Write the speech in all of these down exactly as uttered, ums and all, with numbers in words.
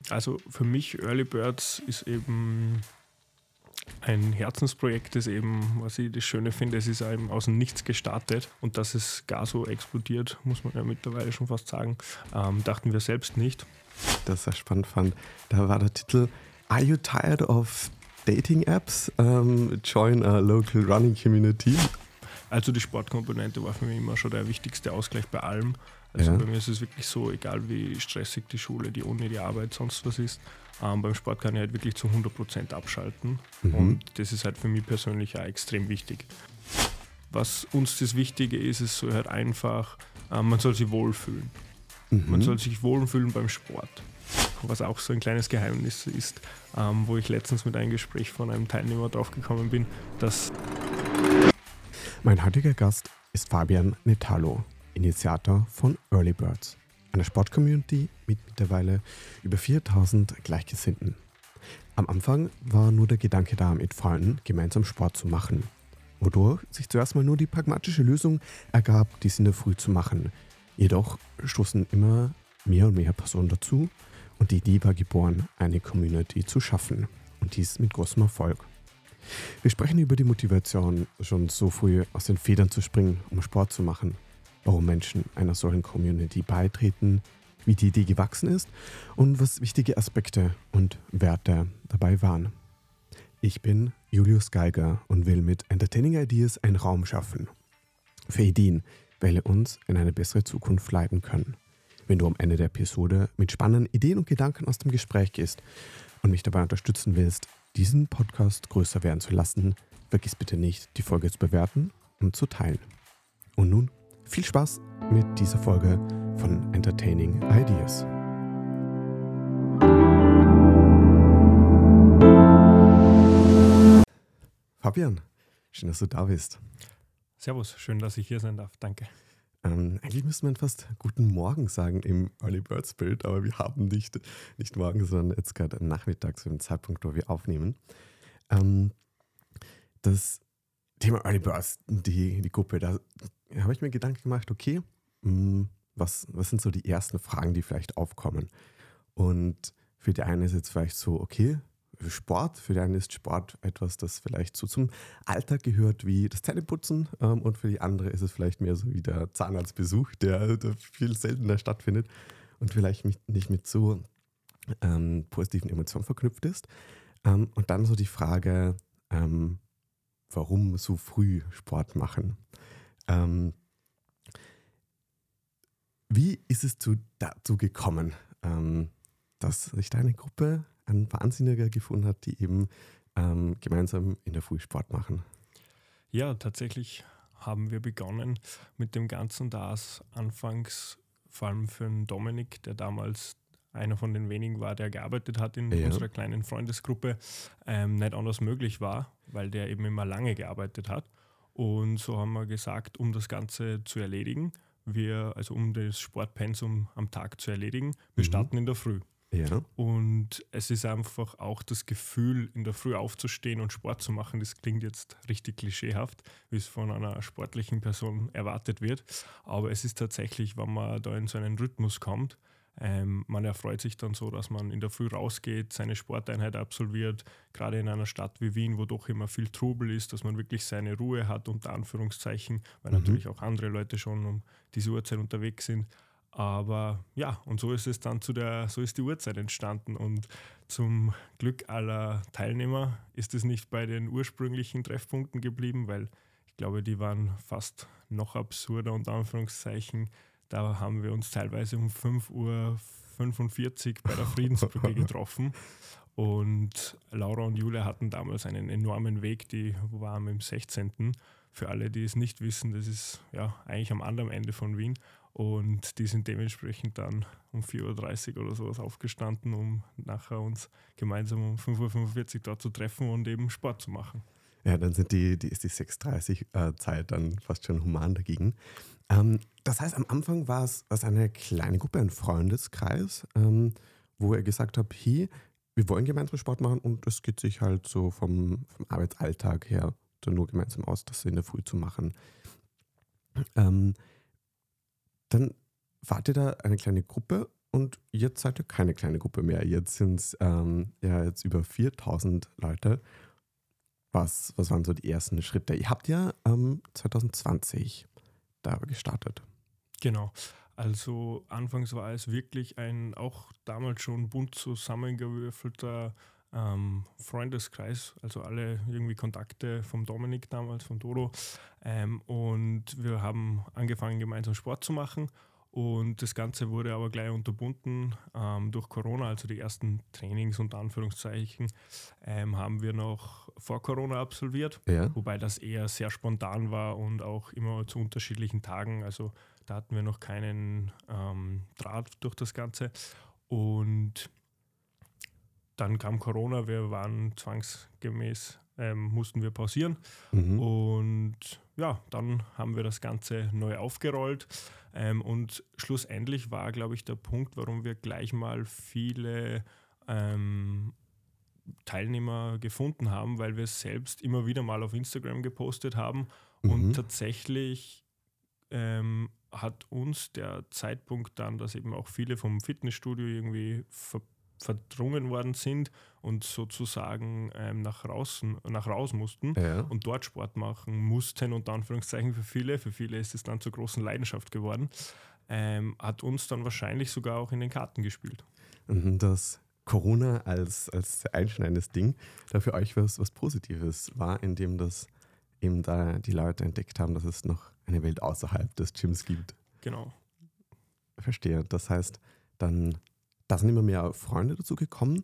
Also für mich Early Birds ist eben ein Herzensprojekt, das eben, was ich das Schöne finde, es ist eben aus dem Nichts gestartet und dass es gar so explodiert, muss man ja mittlerweile schon fast sagen, ähm, dachten wir selbst nicht. Das ich sehr spannend fand. Da war der Titel Are you tired of dating apps? Um, join a local running community. Also die Sportkomponente war für mich immer schon der wichtigste Ausgleich bei allem. Also Ja. bei mir ist es wirklich so, egal wie stressig die Schule, die Uni, die Arbeit, sonst was ist, ähm, beim Sport kann ich halt wirklich zu hundert Prozent abschalten. Mhm. Und das ist halt für mich persönlich auch extrem wichtig. Was uns das Wichtige ist, ist so halt einfach, ähm, man soll sich wohlfühlen. Mhm. Man soll sich wohlfühlen beim Sport. Was auch so ein kleines Geheimnis ist, ähm, wo ich letztens mit einem Gespräch von einem Teilnehmer drauf gekommen bin, dass Mein heutiger Gast ist Fabian Netalo, Initiator von Early Birds, einer Sportcommunity mit mittlerweile über viertausend Gleichgesinnten. Am Anfang war nur der Gedanke da, mit Freunden gemeinsam Sport zu machen, wodurch sich zuerst mal nur die pragmatische Lösung ergab, dies in der Früh zu machen. Jedoch stoßen immer mehr und mehr Personen dazu und die Idee war geboren, eine Community zu schaffen, und dies mit großem Erfolg. Wir sprechen über die Motivation, schon so früh aus den Federn zu springen, um Sport zu machen, warum Menschen einer solchen Community beitreten, wie die Idee gewachsen ist und was wichtige Aspekte und Werte dabei waren. Ich bin Julius Geiger und will mit Entertaining Ideas einen Raum schaffen für Ideen, welche uns in eine bessere Zukunft leiten können. Wenn du am Ende der Episode mit spannenden Ideen und Gedanken aus dem Gespräch gehst und mich dabei unterstützen willst, diesen Podcast größer werden zu lassen, vergiss bitte nicht, die Folge zu bewerten und zu teilen. Und nun viel Spaß mit dieser Folge von Entertaining Ideas. Fabian, schön, dass du da bist. Servus, schön, dass ich hier sein darf. Danke. Ähm, eigentlich müsste man fast guten Morgen sagen im Early Bird Spirit, aber wir haben nicht, nicht morgen, sondern jetzt gerade nachmittags, zu dem Zeitpunkt, wo wir aufnehmen. Ähm, das Thema Early Birds, die, die Gruppe, da habe ich mir Gedanken gemacht, okay, mh, was, was sind so die ersten Fragen, die vielleicht aufkommen? Und für die einen ist jetzt vielleicht so, okay, Sport, für die einen ist Sport etwas, das vielleicht so zum Alltag gehört wie das Zähneputzen, ähm, und für die andere ist es vielleicht mehr so wie der Zahnarztbesuch, der, der viel seltener stattfindet und vielleicht mit, nicht mit so ähm, positiven Emotionen verknüpft ist. Ähm, und dann so die Frage, ähm, warum so früh Sport machen? Ähm, wie ist es zu, dazu gekommen, ähm, dass sich deine Gruppe ein Wahnsinniger gefunden hat, die eben ähm, gemeinsam in der Früh Sport machen? Ja, tatsächlich haben wir begonnen mit dem Ganzen, da es anfangs vor allem für den Dominik, der damals einer von den wenigen war, der gearbeitet hat in Ja. unserer kleinen Freundesgruppe, ähm, nicht anders möglich war, weil der eben immer lange gearbeitet hat. Und so haben wir gesagt, um das Ganze zu erledigen, wir, also um das Sportpensum am Tag zu erledigen, wir Mhm. starten in der Früh. Ja. Und es ist einfach auch das Gefühl, in der Früh aufzustehen und Sport zu machen. Das klingt jetzt richtig klischeehaft, wie es von einer sportlichen Person erwartet wird. Aber es ist tatsächlich, wenn man da in so einen Rhythmus kommt, ähm, man erfreut sich dann so, dass man in der Früh rausgeht, seine Sporteinheit absolviert, gerade in einer Stadt wie Wien, wo doch immer viel Trubel ist, dass man wirklich seine Ruhe hat, unter Anführungszeichen, weil Mhm. natürlich auch andere Leute schon um diese Uhrzeit unterwegs sind. Aber ja, und so ist es dann zu der, so ist die Uhrzeit entstanden. Und zum Glück aller Teilnehmer ist es nicht bei den ursprünglichen Treffpunkten geblieben, weil ich glaube, die waren fast noch absurder, unter Anführungszeichen. Da haben wir uns teilweise um fünf Uhr fünfundvierzig bei der Friedensbrücke getroffen. Und Laura und Julia hatten damals einen enormen Weg, die waren im sechzehnten Für alle, die es nicht wissen, das ist ja eigentlich am anderen Ende von Wien. Und die sind dementsprechend dann um vier Uhr dreißig oder sowas aufgestanden, um nachher uns gemeinsam um fünf Uhr fünfundvierzig dort zu treffen und eben Sport zu machen. Ja, dann sind die, die ist die sechs Uhr dreißig äh, Zeit dann fast schon human dagegen. Ähm, das heißt, am Anfang war es was eine kleine Gruppe, ein Freundeskreis, ähm, wo ihr gesagt habt, hey, wir wollen gemeinsam Sport machen und es geht sich halt so vom, vom Arbeitsalltag her dann nur gemeinsam aus, das in der Früh zu machen. Ähm, dann wart ihr da eine kleine Gruppe Und jetzt seid ihr keine kleine Gruppe mehr. Jetzt sind es ähm, ja jetzt über viertausend Leute. Was, was waren so die ersten Schritte? Ihr habt ja ähm, zwanzig zwanzig da gestartet. Genau. Also anfangs war es wirklich ein auch damals schon bunt zusammengewürfelter ähm, Freundeskreis, also alle irgendwie Kontakte vom Dominik damals, vom Dodo. Ähm, und wir haben angefangen, gemeinsam Sport zu machen. Und das Ganze wurde aber gleich unterbunden ähm, durch Corona, also die ersten Trainings unter Anführungszeichen ähm, haben wir noch vor Corona absolviert, Ja. wobei das eher sehr spontan war und auch immer zu unterschiedlichen Tagen. Also da hatten wir noch keinen ähm, Draht durch das Ganze. Und dann kam Corona, wir waren zwangsgemäß, ähm, mussten wir pausieren. Mhm. Und ja, dann haben wir das Ganze neu aufgerollt. Ähm, und schlussendlich war, glaube ich, der Punkt, warum wir gleich mal viele ähm, Teilnehmer gefunden haben, weil wir es selbst immer wieder mal auf Instagram gepostet haben. Und Mhm. tatsächlich ähm, hat uns der Zeitpunkt dann, dass eben auch viele vom Fitnessstudio irgendwie ver verdrungen worden sind und sozusagen ähm, nach, draußen, nach raus mussten Ja. und dort Sport machen mussten, unter Anführungszeichen für viele. Für viele ist es dann zur großen Leidenschaft geworden. Ähm, hat uns dann wahrscheinlich sogar auch in den Karten gespielt. Mhm, dass Corona als, als einschneidendes Ding da für euch was, was Positives war, indem das eben da die Leute entdeckt haben, dass es noch eine Welt außerhalb des Gyms gibt. Genau. Verstehe. Das heißt, dann da sind immer mehr Freunde dazu gekommen.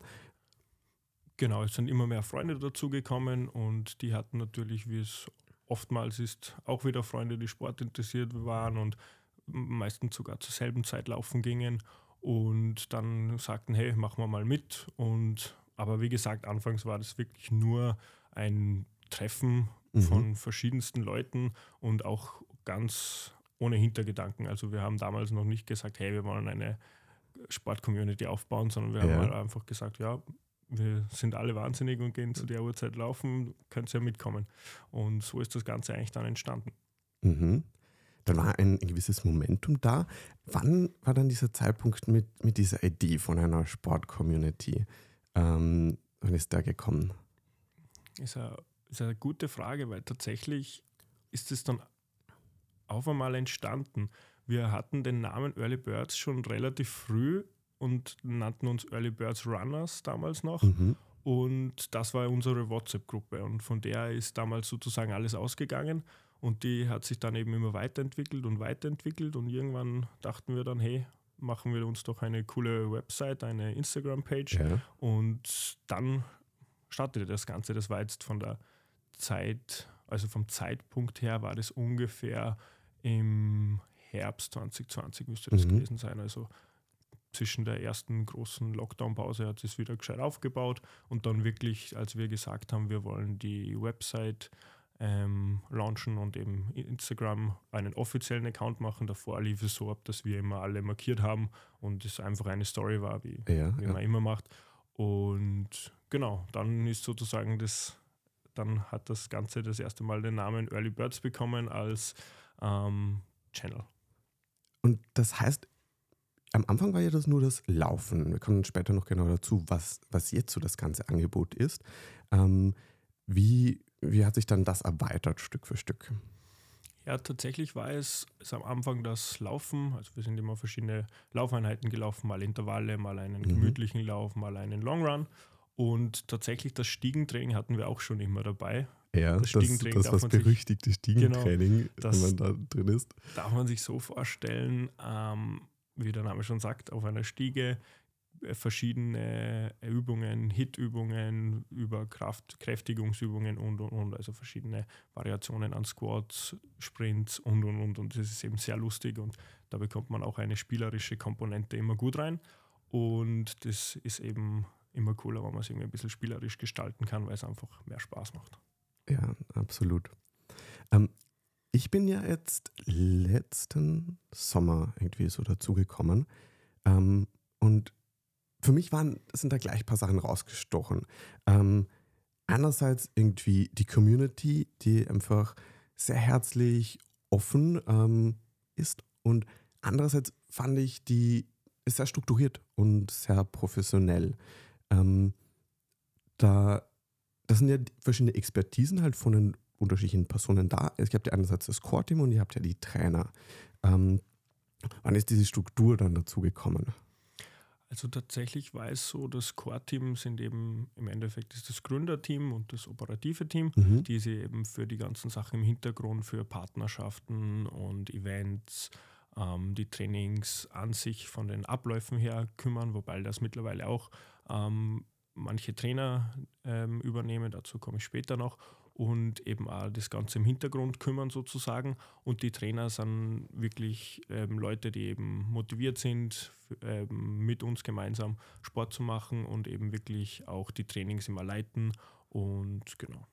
Genau, es sind immer mehr Freunde dazugekommen und die hatten natürlich, wie es oftmals ist, auch wieder Freunde, die sportinteressiert waren und meistens sogar zur selben Zeit laufen gingen und dann sagten, hey, machen wir mal mit. Und aber wie gesagt, anfangs war das wirklich nur ein Treffen Mhm. von verschiedensten Leuten und auch ganz ohne Hintergedanken. Also wir haben damals noch nicht gesagt, hey, wir wollen eine Sport-Community aufbauen, sondern wir haben Ja. halt einfach gesagt, ja, wir sind alle wahnsinnig und gehen zu der Uhrzeit laufen, könnt ihr ja mitkommen. Und so ist das Ganze eigentlich dann entstanden. Mhm. Dann war ein, ein gewisses Momentum da. Wann war dann dieser Zeitpunkt mit, mit dieser Idee von einer Sport-Community? Ähm, wann ist der gekommen? Ist eine, ist eine gute Frage, weil tatsächlich ist es dann auf einmal entstanden. Wir hatten den Namen Early Birds schon relativ früh und nannten uns Early Birds Runners damals noch. Mhm. Und das war unsere WhatsApp-Gruppe. Und von der ist damals sozusagen alles ausgegangen. Und die hat sich dann eben immer weiterentwickelt und weiterentwickelt. Und irgendwann dachten wir dann, hey, machen wir uns doch eine coole Website, eine Instagram-Page. Ja. Und dann startete das Ganze. Das war jetzt von der Zeit, also vom Zeitpunkt her war das ungefähr im Herbst zwanzig zwanzig müsste das Mhm. gewesen sein. Also zwischen der ersten großen Lockdown-Pause hat es wieder gescheit aufgebaut und dann wirklich, als wir gesagt haben, wir wollen die Website ähm, launchen und eben Instagram einen offiziellen Account machen. Davor lief es so ab, dass wir immer alle markiert haben und es einfach eine Story war, wie, Ja, wie ja. man immer macht. Und genau, dann ist sozusagen das, dann hat das Ganze das erste Mal den Namen Early Birds bekommen als ähm, Channel. Und das heißt, am Anfang war ja das nur das Laufen. Wir kommen später noch genau dazu, was, was jetzt so das ganze Angebot ist. Ähm, wie, wie hat sich dann das erweitert Stück für Stück? Ja, tatsächlich war es, es am Anfang das Laufen. Also wir sind immer verschiedene Laufeinheiten gelaufen, mal Intervalle, mal einen Mhm. gemütlichen Lauf, mal einen Long Run. Und tatsächlich das Stiegentraining hatten wir auch schon immer dabei. Ja, Das das, Stiegentraining das darf was man sich- berüchtigte Stiegentraining, wenn das- man da drin ist. Darf man sich so vorstellen, ähm, wie der Name schon sagt, auf einer Stiege äh, verschiedene Übungen, Hit-Übungen, über Kraft, Kräftigungsübungen und und und, also verschiedene Variationen an Squats, Sprints und und und. Und das ist eben sehr lustig und da bekommt man auch eine spielerische Komponente immer gut rein. Und das ist eben immer cooler, wenn man es irgendwie ein bisschen spielerisch gestalten kann, weil es einfach mehr Spaß macht. Ja, absolut. Ähm, ich bin ja jetzt letzten Sommer irgendwie so dazugekommen. Ähm, und für mich waren, sind da gleich ein paar Sachen rausgestochen. Ähm, einerseits irgendwie die Community, die einfach sehr herzlich, offen ähm, ist. Und andererseits fand ich die ist sehr strukturiert und sehr professionell. Ähm, da, das sind ja verschiedene Expertisen halt von den unterschiedlichen Personen da. Es gibt ja einerseits das Core-Team und ihr habt ja die Trainer. Ähm, wann ist diese Struktur dann dazu gekommen? Also tatsächlich war es so, das Core-Team sind eben im Endeffekt ist das Gründerteam und das operative Team, Mhm. die sich eben für die ganzen Sachen im Hintergrund, für Partnerschaften und Events, ähm, die Trainings an sich von den Abläufen her kümmern, wobei das mittlerweile auch ähm, manche Trainer ähm, übernehmen, dazu komme ich später noch, und eben auch das Ganze im Hintergrund kümmern sozusagen. Und die Trainer sind wirklich ähm, Leute, die eben motiviert sind, f- ähm, mit uns gemeinsam Sport zu machen und eben wirklich auch die Trainings immer leiten. Und genau.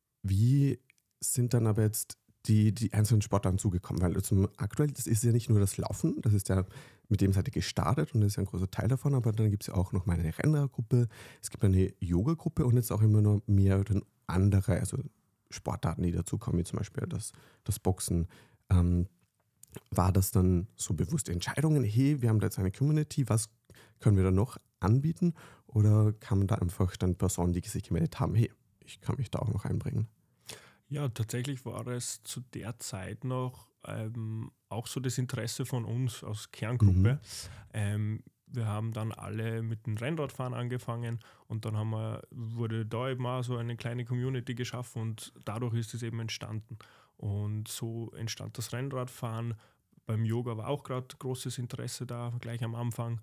Wie sind dann aber jetzt die, die einzelnen Sportarten zugekommen? Weil zum aktuell, das ist ja nicht nur das Laufen, das ist ja, mit dem seid ihr gestartet und das ist ja ein großer Teil davon, aber dann gibt es ja auch noch mal eine Rennradgruppe, es gibt eine Yoga-Gruppe und jetzt auch immer noch mehr dann andere, also Sportarten, die dazukommen, wie zum Beispiel das, das Boxen. Ähm, war das dann so bewusste Entscheidungen, hey, wir haben da jetzt eine Community, was können wir da noch anbieten? Oder kamen da einfach dann Personen, die sich gemeldet haben, hey, ich kann mich da auch noch einbringen? Ja, tatsächlich war es zu der Zeit noch ähm, auch so das Interesse von uns als Mhm. Kerngruppe. Ähm, wir haben dann alle mit dem Rennradfahren angefangen und dann haben wir, wurde da eben auch so eine kleine Community geschaffen und dadurch ist es eben entstanden. Und so entstand das Rennradfahren. Beim Yoga war auch gerade großes Interesse da, gleich am Anfang.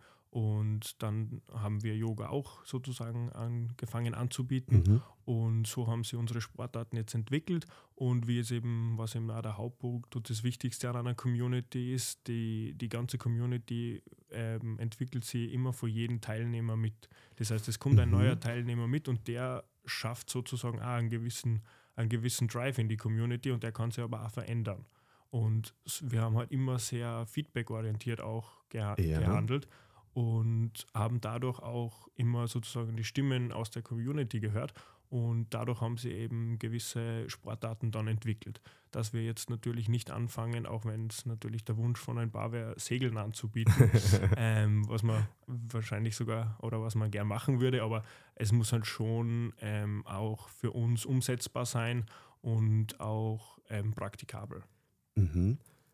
Und dann haben wir Yoga auch sozusagen angefangen anzubieten. Mhm. Und so haben sie unsere Sportarten jetzt entwickelt. Und wie es eben, was eben auch der Hauptpunkt und das Wichtigste an einer Community ist, die, die ganze Community ähm, entwickelt sie immer für jeden Teilnehmer mit. Das heißt, es kommt ein neuer Mhm. Teilnehmer mit und der schafft sozusagen auch einen gewissen, einen gewissen Drive in die Community und der kann sich aber auch verändern. Und s- wir haben halt immer sehr feedbackorientiert auch geha Ja. gehandelt und haben dadurch auch immer sozusagen die Stimmen aus der Community gehört und dadurch haben sie eben gewisse Sportarten dann entwickelt. Dass wir jetzt natürlich nicht anfangen, auch wenn es natürlich der Wunsch von ein paar wäre, Segeln anzubieten, ähm, was man wahrscheinlich sogar oder was man gern machen würde, aber es muss halt schon ähm, auch für uns umsetzbar sein und auch ähm, praktikabel. Mhm.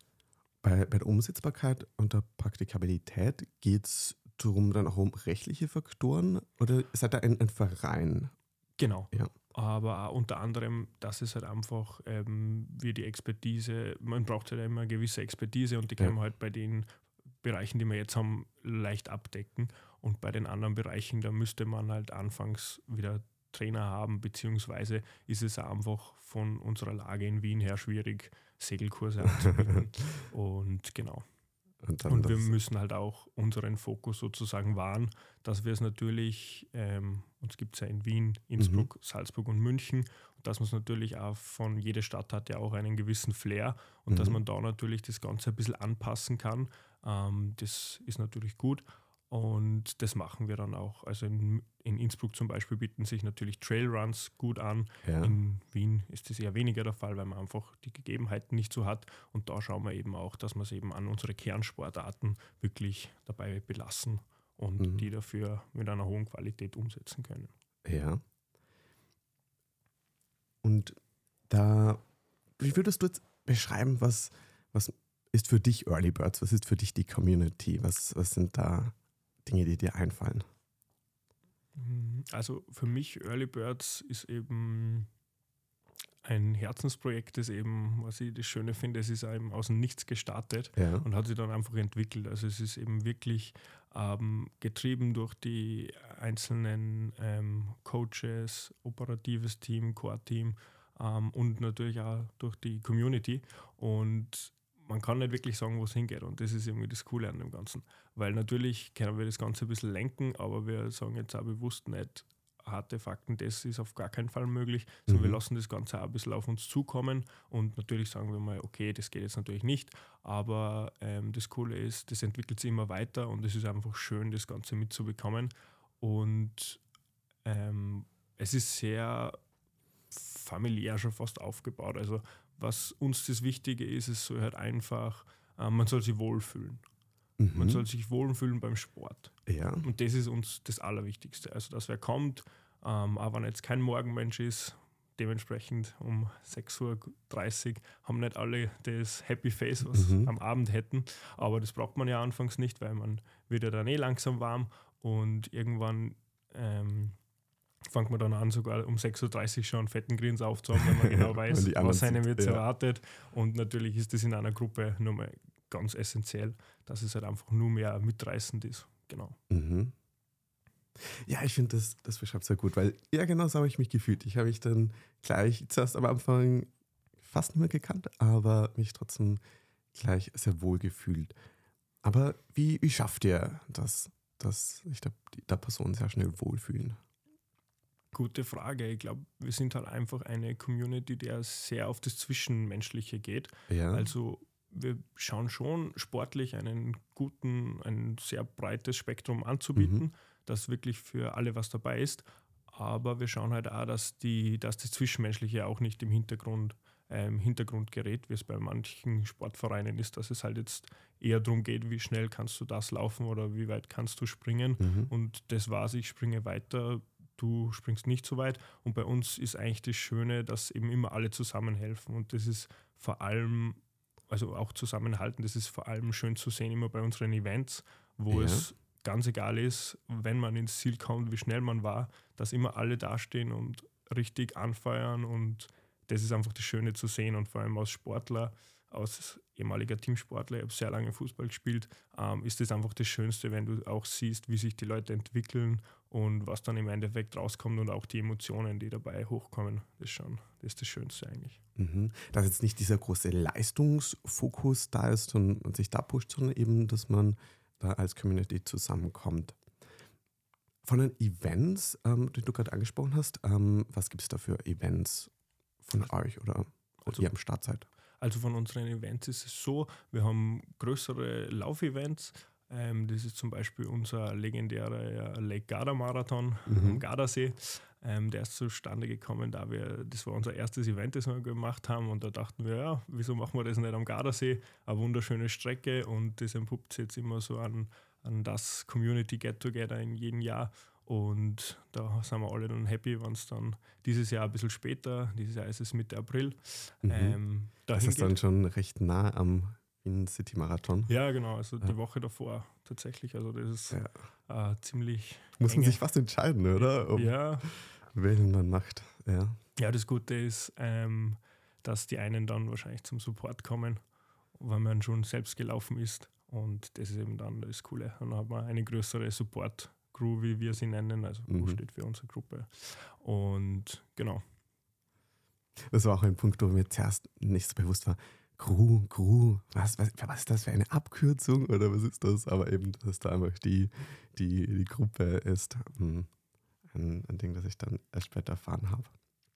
Bei, bei der Umsetzbarkeit und der Praktikabilität geht es darum dann auch um rechtliche Faktoren oder seid ihr ein, ein Verein? Genau. Ja. Aber auch unter anderem, dass es halt einfach ähm, wie die Expertise, man braucht halt immer eine gewisse Expertise und die Ja. kann man halt bei den Bereichen, die wir jetzt haben, leicht abdecken. Und bei den anderen Bereichen, da müsste man halt anfangs wieder Trainer haben, beziehungsweise ist es auch einfach von unserer Lage in Wien her schwierig, Segelkurse anzubieten. Und genau. Und dann Und wir das. müssen halt auch unseren Fokus sozusagen wahren, dass wir es natürlich, ähm, uns gibt es ja in Wien, Mhm. Innsbruck, Salzburg und München, und dass man es natürlich auch von, jede Stadt hat ja auch einen gewissen Flair und dass Mhm. man da natürlich das Ganze ein bisschen anpassen kann. Ähm, das ist natürlich gut und das machen wir dann auch. Also in, in Innsbruck zum Beispiel bieten sich natürlich Trailruns gut an. Ja. In Wien ist das eher weniger der Fall, weil man einfach die Gegebenheiten nicht so hat. Und da schauen wir eben auch, dass wir es eben an unsere Kernsportarten wirklich dabei belassen und Mhm. die dafür mit einer hohen Qualität umsetzen können. Ja. Und da, wie würdest du jetzt beschreiben, was, was ist für dich Early Birds? Was ist für dich die Community? Was, was sind da Dinge, die dir einfallen? Mhm. Also für mich Early Birds ist eben ein Herzensprojekt, das eben, was ich das Schöne finde, es ist eben aus dem Nichts gestartet Ja. und hat sich dann einfach entwickelt. Also es ist eben wirklich ähm, getrieben durch die einzelnen ähm, Coaches, operatives Team, Core-Team ähm, und natürlich auch durch die Community. Und man kann nicht wirklich sagen, wo es hingeht. Und das ist irgendwie das Coole an dem Ganzen. Weil natürlich können wir das Ganze ein bisschen lenken, aber wir sagen jetzt auch bewusst nicht, harte Fakten, das ist auf gar keinen Fall möglich, sondern wir Mhm. lassen das Ganze auch ein bisschen auf uns zukommen und natürlich sagen wir mal, okay, das geht jetzt natürlich nicht, aber ähm, das Coole ist, das entwickelt sich immer weiter und es ist einfach schön, das Ganze mitzubekommen und ähm, es ist sehr familiär schon fast aufgebaut, also was uns das Wichtige ist, es soll halt einfach, äh, man soll sich wohlfühlen. Mhm. Man soll sich wohlfühlen beim Sport. Ja. Und das ist uns das Allerwichtigste. Also, dass wer kommt, ähm, auch wenn er jetzt kein Morgenmensch ist, dementsprechend um sechs Uhr dreißig haben nicht alle das Happy Face, was Mhm. am Abend hätten. Aber das braucht man ja anfangs nicht, weil man wird ja dann eh langsam warm und irgendwann ähm, fängt man dann an, sogar um sechs Uhr dreißig schon einen fetten Grins aufzuhaben, wenn man genau Wenn weiß, die anderen was einem sind, jetzt ja. erwartet. Und natürlich ist das in einer Gruppe nochmal ganz essentiell, dass es halt einfach nur mehr mitreißend ist. Genau. Mhm. Ja, ich finde, das, das beschreibt sehr gut, weil ja, genau so habe ich mich gefühlt. Ich habe mich dann gleich zuerst am Anfang fast nicht mehr gekannt, aber mich trotzdem gleich sehr wohl gefühlt. Aber wie, wie schafft ihr das, dass sich der, der Person sehr schnell wohlfühlen? Gute Frage. Ich glaube, wir sind halt einfach eine Community, die sehr auf das Zwischenmenschliche geht. Ja. Also wir schauen schon sportlich einen guten, ein sehr breites Spektrum anzubieten, Mhm. dass wirklich für alle was dabei ist. Aber wir schauen halt auch, dass, die, dass das Zwischenmenschliche auch nicht im Hintergrund, äh, im Hintergrund gerät, wie es bei manchen Sportvereinen ist, dass es halt jetzt eher darum geht, wie schnell kannst du das laufen oder wie weit kannst du springen. Mhm. Und das war's, ich springe weiter, du springst nicht so weit. Und bei uns ist eigentlich das Schöne, dass eben immer alle zusammenhelfen. Und das ist vor allem, also auch zusammenhalten, das ist vor allem schön zu sehen, immer bei unseren Events, wo Ja. es ganz egal ist, wenn man ins Ziel kommt, wie schnell man war, dass immer alle dastehen und richtig anfeuern. Und das ist einfach das Schöne zu sehen. Und vor allem als Sportler, als ehemaliger Teamsportler, ich habe sehr lange Fußball gespielt, ähm, ist das einfach das Schönste, wenn du auch siehst, wie sich die Leute entwickeln und was dann im Endeffekt rauskommt und auch die Emotionen, die dabei hochkommen. Das ist schon, das ist das Schönste eigentlich. Mhm. Dass jetzt nicht dieser große Leistungsfokus da ist und man sich da pusht, sondern eben, dass man da als Community zusammenkommt. Von den Events, ähm, die du gerade angesprochen hast, ähm, was gibt es da für Events von euch oder wo Also- ihr am Start seid? Also von unseren Events ist es so, wir haben größere Laufevents. Ähm, das ist zum Beispiel unser legendärer Lake Garda Marathon Mhm. am Gardasee. Ähm, der ist zustande gekommen, da wir, das war unser erstes Event, das wir gemacht haben, und da dachten wir, ja, wieso machen wir das nicht am Gardasee? Eine wunderschöne Strecke, und das entpuppt sich jetzt immer so an, an das Community Get-Together in jedem Jahr. Und da sind wir alle dann happy, wenn es dann dieses Jahr ein bisschen später, dieses Jahr ist es Mitte April, Mhm. ähm, Das dahin ist dann geht. schon recht nah am Wien City Marathon. Ja, genau, also Ja. die Woche davor tatsächlich. Also das ist Ja. äh, ziemlich Muss man enge. sich fast entscheiden, oder? Um Ja, welchen man macht. Ja. ja, das Gute ist, ähm, dass die einen dann wahrscheinlich zum Support kommen, weil man schon selbst gelaufen ist. Und das ist eben dann das Coole. Und dann hat man eine größere Support-Crew, wie wir sie nennen. Also Crew Mhm. steht für unsere Gruppe. Und genau. Das war auch ein Punkt, wo mir zuerst nicht so bewusst war. Crew, Crew, was, was, was ist das für eine Abkürzung oder was ist das? Aber eben, dass da einfach die, die, die Gruppe ist. Hm, Ein, ein Ding, das ich dann erst später erfahren habe.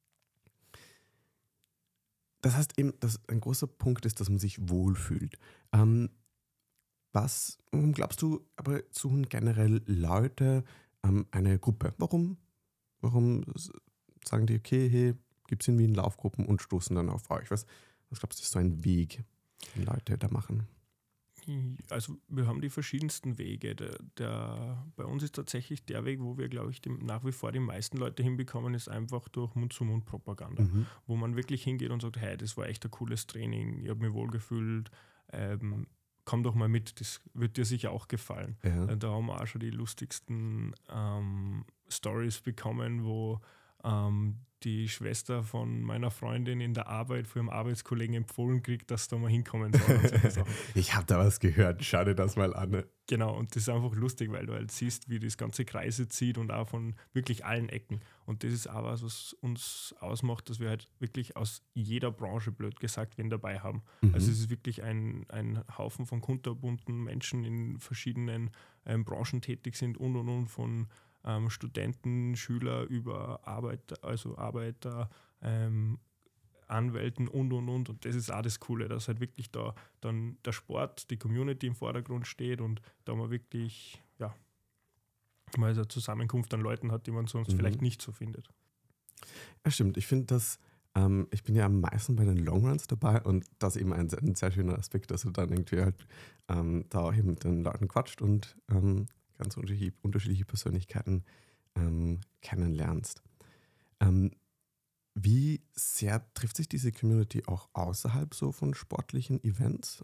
Das heißt eben, dass ein großer Punkt ist, dass man sich wohlfühlt. Ähm, was warum glaubst du, aber suchen generell Leute ähm, eine Gruppe? Warum? Warum s- sagen die, okay, hey, gibt es in Wien Laufgruppen und stoßen dann auf euch? Was, was glaubst du, ist so ein Weg, den Leute da machen? Also wir haben die verschiedensten Wege. Der, der, bei uns ist tatsächlich der Weg, wo wir, glaube ich, die, nach wie vor die meisten Leute hinbekommen, ist einfach durch Mund-zu-Mund-Propaganda, Mhm. wo man wirklich hingeht und sagt, hey, das war echt ein cooles Training, ich habe mich wohlgefühlt, ähm, komm doch mal mit, das wird dir sicher auch gefallen. Ja. Äh, Da haben wir auch schon die lustigsten ähm, Stories bekommen, wo ähm, die Schwester von meiner Freundin in der Arbeit für ihren Arbeitskollegen empfohlen kriegt, dass da mal hinkommen soll und solche Sachen. Ich habe da was gehört, schau dir das mal an. Genau, und das ist einfach lustig, weil du halt siehst, wie das ganze Kreise zieht und auch von wirklich allen Ecken. Und das ist auch was, was uns ausmacht, dass wir halt wirklich aus jeder Branche, blöd gesagt, wen dabei haben. Mhm. Also es ist wirklich ein, ein Haufen von kunterbunten Menschen in verschiedenen ähm, Branchen tätig sind und und und von ähm, Studenten, Schüler über Arbeiter, also Arbeiter, ähm, Anwälten und und und. Und das ist auch das Coole, dass halt wirklich da dann der Sport, die Community im Vordergrund steht und da man wirklich, ja, mal eine Zusammenkunft an Leuten hat, die man sonst Mhm. vielleicht nicht so findet. Ja, stimmt. Ich finde das Ähm, ich bin ja am meisten bei den Longruns dabei und das ist eben ein, ein sehr schöner Aspekt, dass du dann irgendwie halt ähm, da auch eben mit den Leuten quatscht und ähm, ganz unterschiedliche, unterschiedliche Persönlichkeiten ähm, kennenlernst. Ähm, Wie sehr trifft sich diese Community auch außerhalb so von sportlichen Events?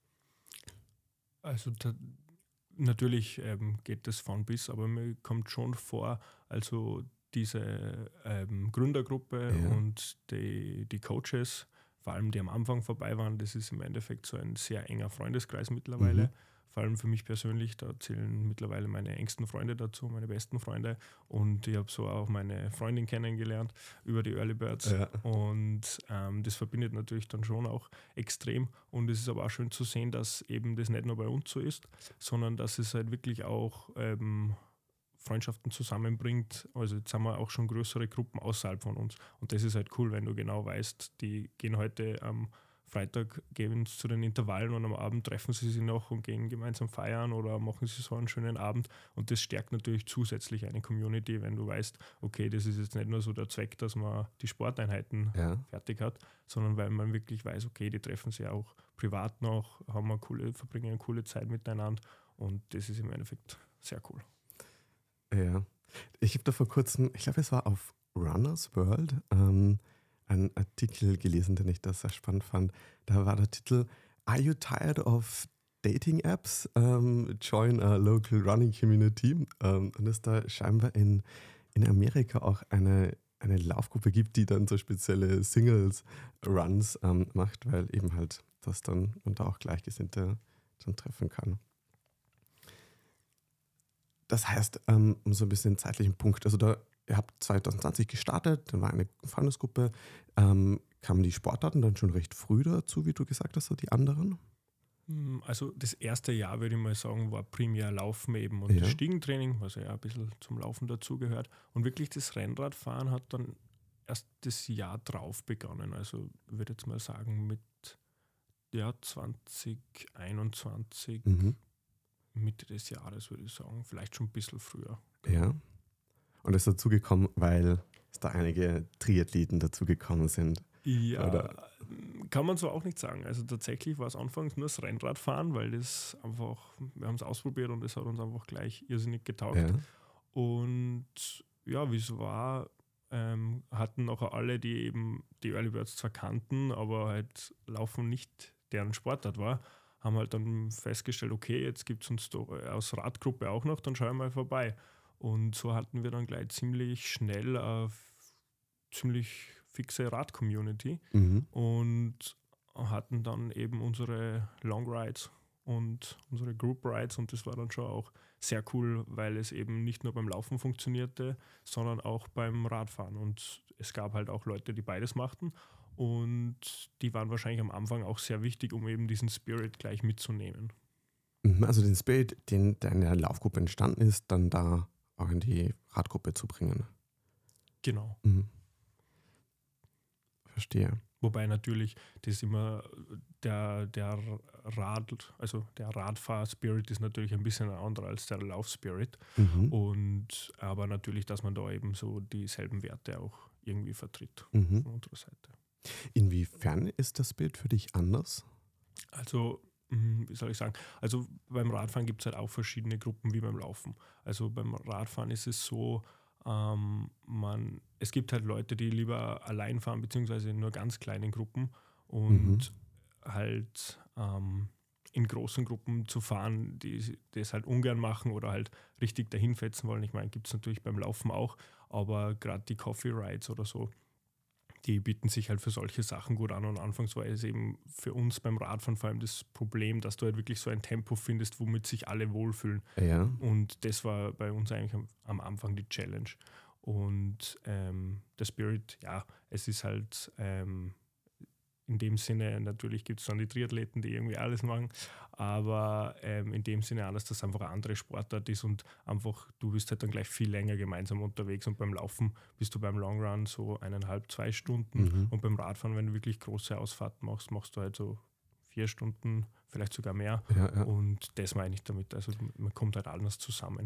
Also da, natürlich ähm, geht das von bis, aber mir kommt schon vor, also diese ähm, Gründergruppe Ja. und die, die Coaches, vor allem die am Anfang vorbei waren, das ist im Endeffekt so ein sehr enger Freundeskreis Mhm. mittlerweile. Vor allem für mich persönlich, da zählen mittlerweile meine engsten Freunde dazu, meine besten Freunde. Und ich habe so auch meine Freundin kennengelernt über die Early Birds. Ja. Und ähm, das verbindet natürlich dann schon auch extrem. Und es ist aber auch schön zu sehen, dass eben das nicht nur bei uns so ist, sondern dass es halt wirklich auch ähm, Freundschaften zusammenbringt. Also jetzt haben wir auch schon größere Gruppen außerhalb von uns. Und das ist halt cool, wenn du genau weißt, die gehen heute am Freitag gehen zu den Intervallen und am Abend treffen sie sich noch und gehen gemeinsam feiern oder machen sie so einen schönen Abend. Und das stärkt natürlich zusätzlich eine Community, wenn du weißt, okay, das ist jetzt nicht nur so der Zweck, dass man die Sporteinheiten Ja. fertig hat, sondern weil man wirklich weiß, okay, die treffen sich auch privat noch, haben eine coole, verbringen eine coole Zeit miteinander und das ist im Endeffekt sehr cool. Ja. Ich habe da vor kurzem, ich glaube, es war auf Runners World, ähm, einen Artikel gelesen, den ich da sehr spannend fand. Da war der Titel Are you tired of dating apps? Um, join a local running community. Ähm, und es da scheinbar in, in Amerika auch eine, eine Laufgruppe gibt, die dann so spezielle Singles-Runs ähm, macht, weil eben halt das dann und da auch Gleichgesinnte dann treffen kann. Das heißt, ähm, um so ein bisschen den zeitlichen Punkt, also da, ihr habt zwanzig zwanzig gestartet, dann war eine Freundesgruppe, ähm, kamen die Sportarten dann schon recht früh dazu, wie du gesagt hast, so die anderen? Also das erste Jahr, würde ich mal sagen, war primär Laufen eben und das Ja. Stiegentraining, was ja ein bisschen zum Laufen dazugehört. Und wirklich das Rennradfahren hat dann erst das Jahr drauf begonnen. Also ich würde jetzt mal sagen mit ja, zwanzig einundzwanzig, Mhm. Mitte des Jahres würde ich sagen, vielleicht schon ein bisschen früher. Ja. Und es ist dazugekommen, weil es da einige Triathleten dazugekommen sind. Ja, Oder? kann man so auch nicht sagen. Also tatsächlich war es anfangs nur das Rennradfahren, weil das einfach, wir haben es ausprobiert und es hat uns einfach gleich irrsinnig getaugt. Ja. Und ja, wie es war, ähm, hatten auch alle, die eben die Early Birds zwar kannten, aber halt Laufen nicht deren Sportart war, haben halt dann festgestellt, okay, jetzt gibt es uns doch aus Radgruppe auch noch, dann schauen wir mal vorbei. Und so hatten wir dann gleich ziemlich schnell eine ziemlich fixe Rad-Community Mhm. und hatten dann eben unsere Long Rides und unsere Group Rides und das war dann schon auch sehr cool, weil es eben nicht nur beim Laufen funktionierte, sondern auch beim Radfahren und es gab halt auch Leute, die beides machten und die waren wahrscheinlich am Anfang auch sehr wichtig, um eben diesen Spirit gleich mitzunehmen. Mhm. Also den Spirit, den, der in der Laufgruppe entstanden ist, dann da auch in die Radgruppe zu bringen. Genau. Mhm. Verstehe. Wobei natürlich das immer der, der Rad, also der Radfahr-Spirit ist natürlich ein bisschen ein anderer als der Lauf-Spirit. Mhm. Und aber natürlich, dass man da eben so dieselben Werte auch irgendwie vertritt Mhm. von unserer Seite. Inwiefern ist das Bild für dich anders? Also, mh, wie soll ich sagen? Also beim Radfahren gibt es halt auch verschiedene Gruppen wie beim Laufen. Also beim Radfahren ist es so, ähm, man, es gibt halt Leute, die lieber allein fahren, beziehungsweise in nur ganz kleinen Gruppen Mhm. und halt ähm, in großen Gruppen zu fahren, die das halt ungern machen oder halt richtig dahin fetzen wollen. Ich meine, gibt es natürlich beim Laufen auch, aber gerade die Coffee Rides oder so, die bieten sich halt für solche Sachen gut an. Und anfangs war es eben für uns beim Radfahren vor allem das Problem, dass du halt wirklich so ein Tempo findest, womit sich alle wohlfühlen. Ja. Und das war bei uns eigentlich am, am Anfang die Challenge. Und ähm, der Spirit, ja, es ist halt ähm, in dem Sinne, natürlich gibt es dann die Triathleten, die irgendwie alles machen, aber ähm, in dem Sinne auch, dass das einfach eine andere Sportart ist und einfach, du bist halt dann gleich viel länger gemeinsam unterwegs und beim Laufen bist du beim Long Run so eineinhalb, zwei Stunden Mhm. und beim Radfahren, wenn du wirklich große Ausfahrten machst, machst du halt so vier Stunden, vielleicht sogar mehr Ja, ja. und das meine ich damit, also man kommt halt alles zusammen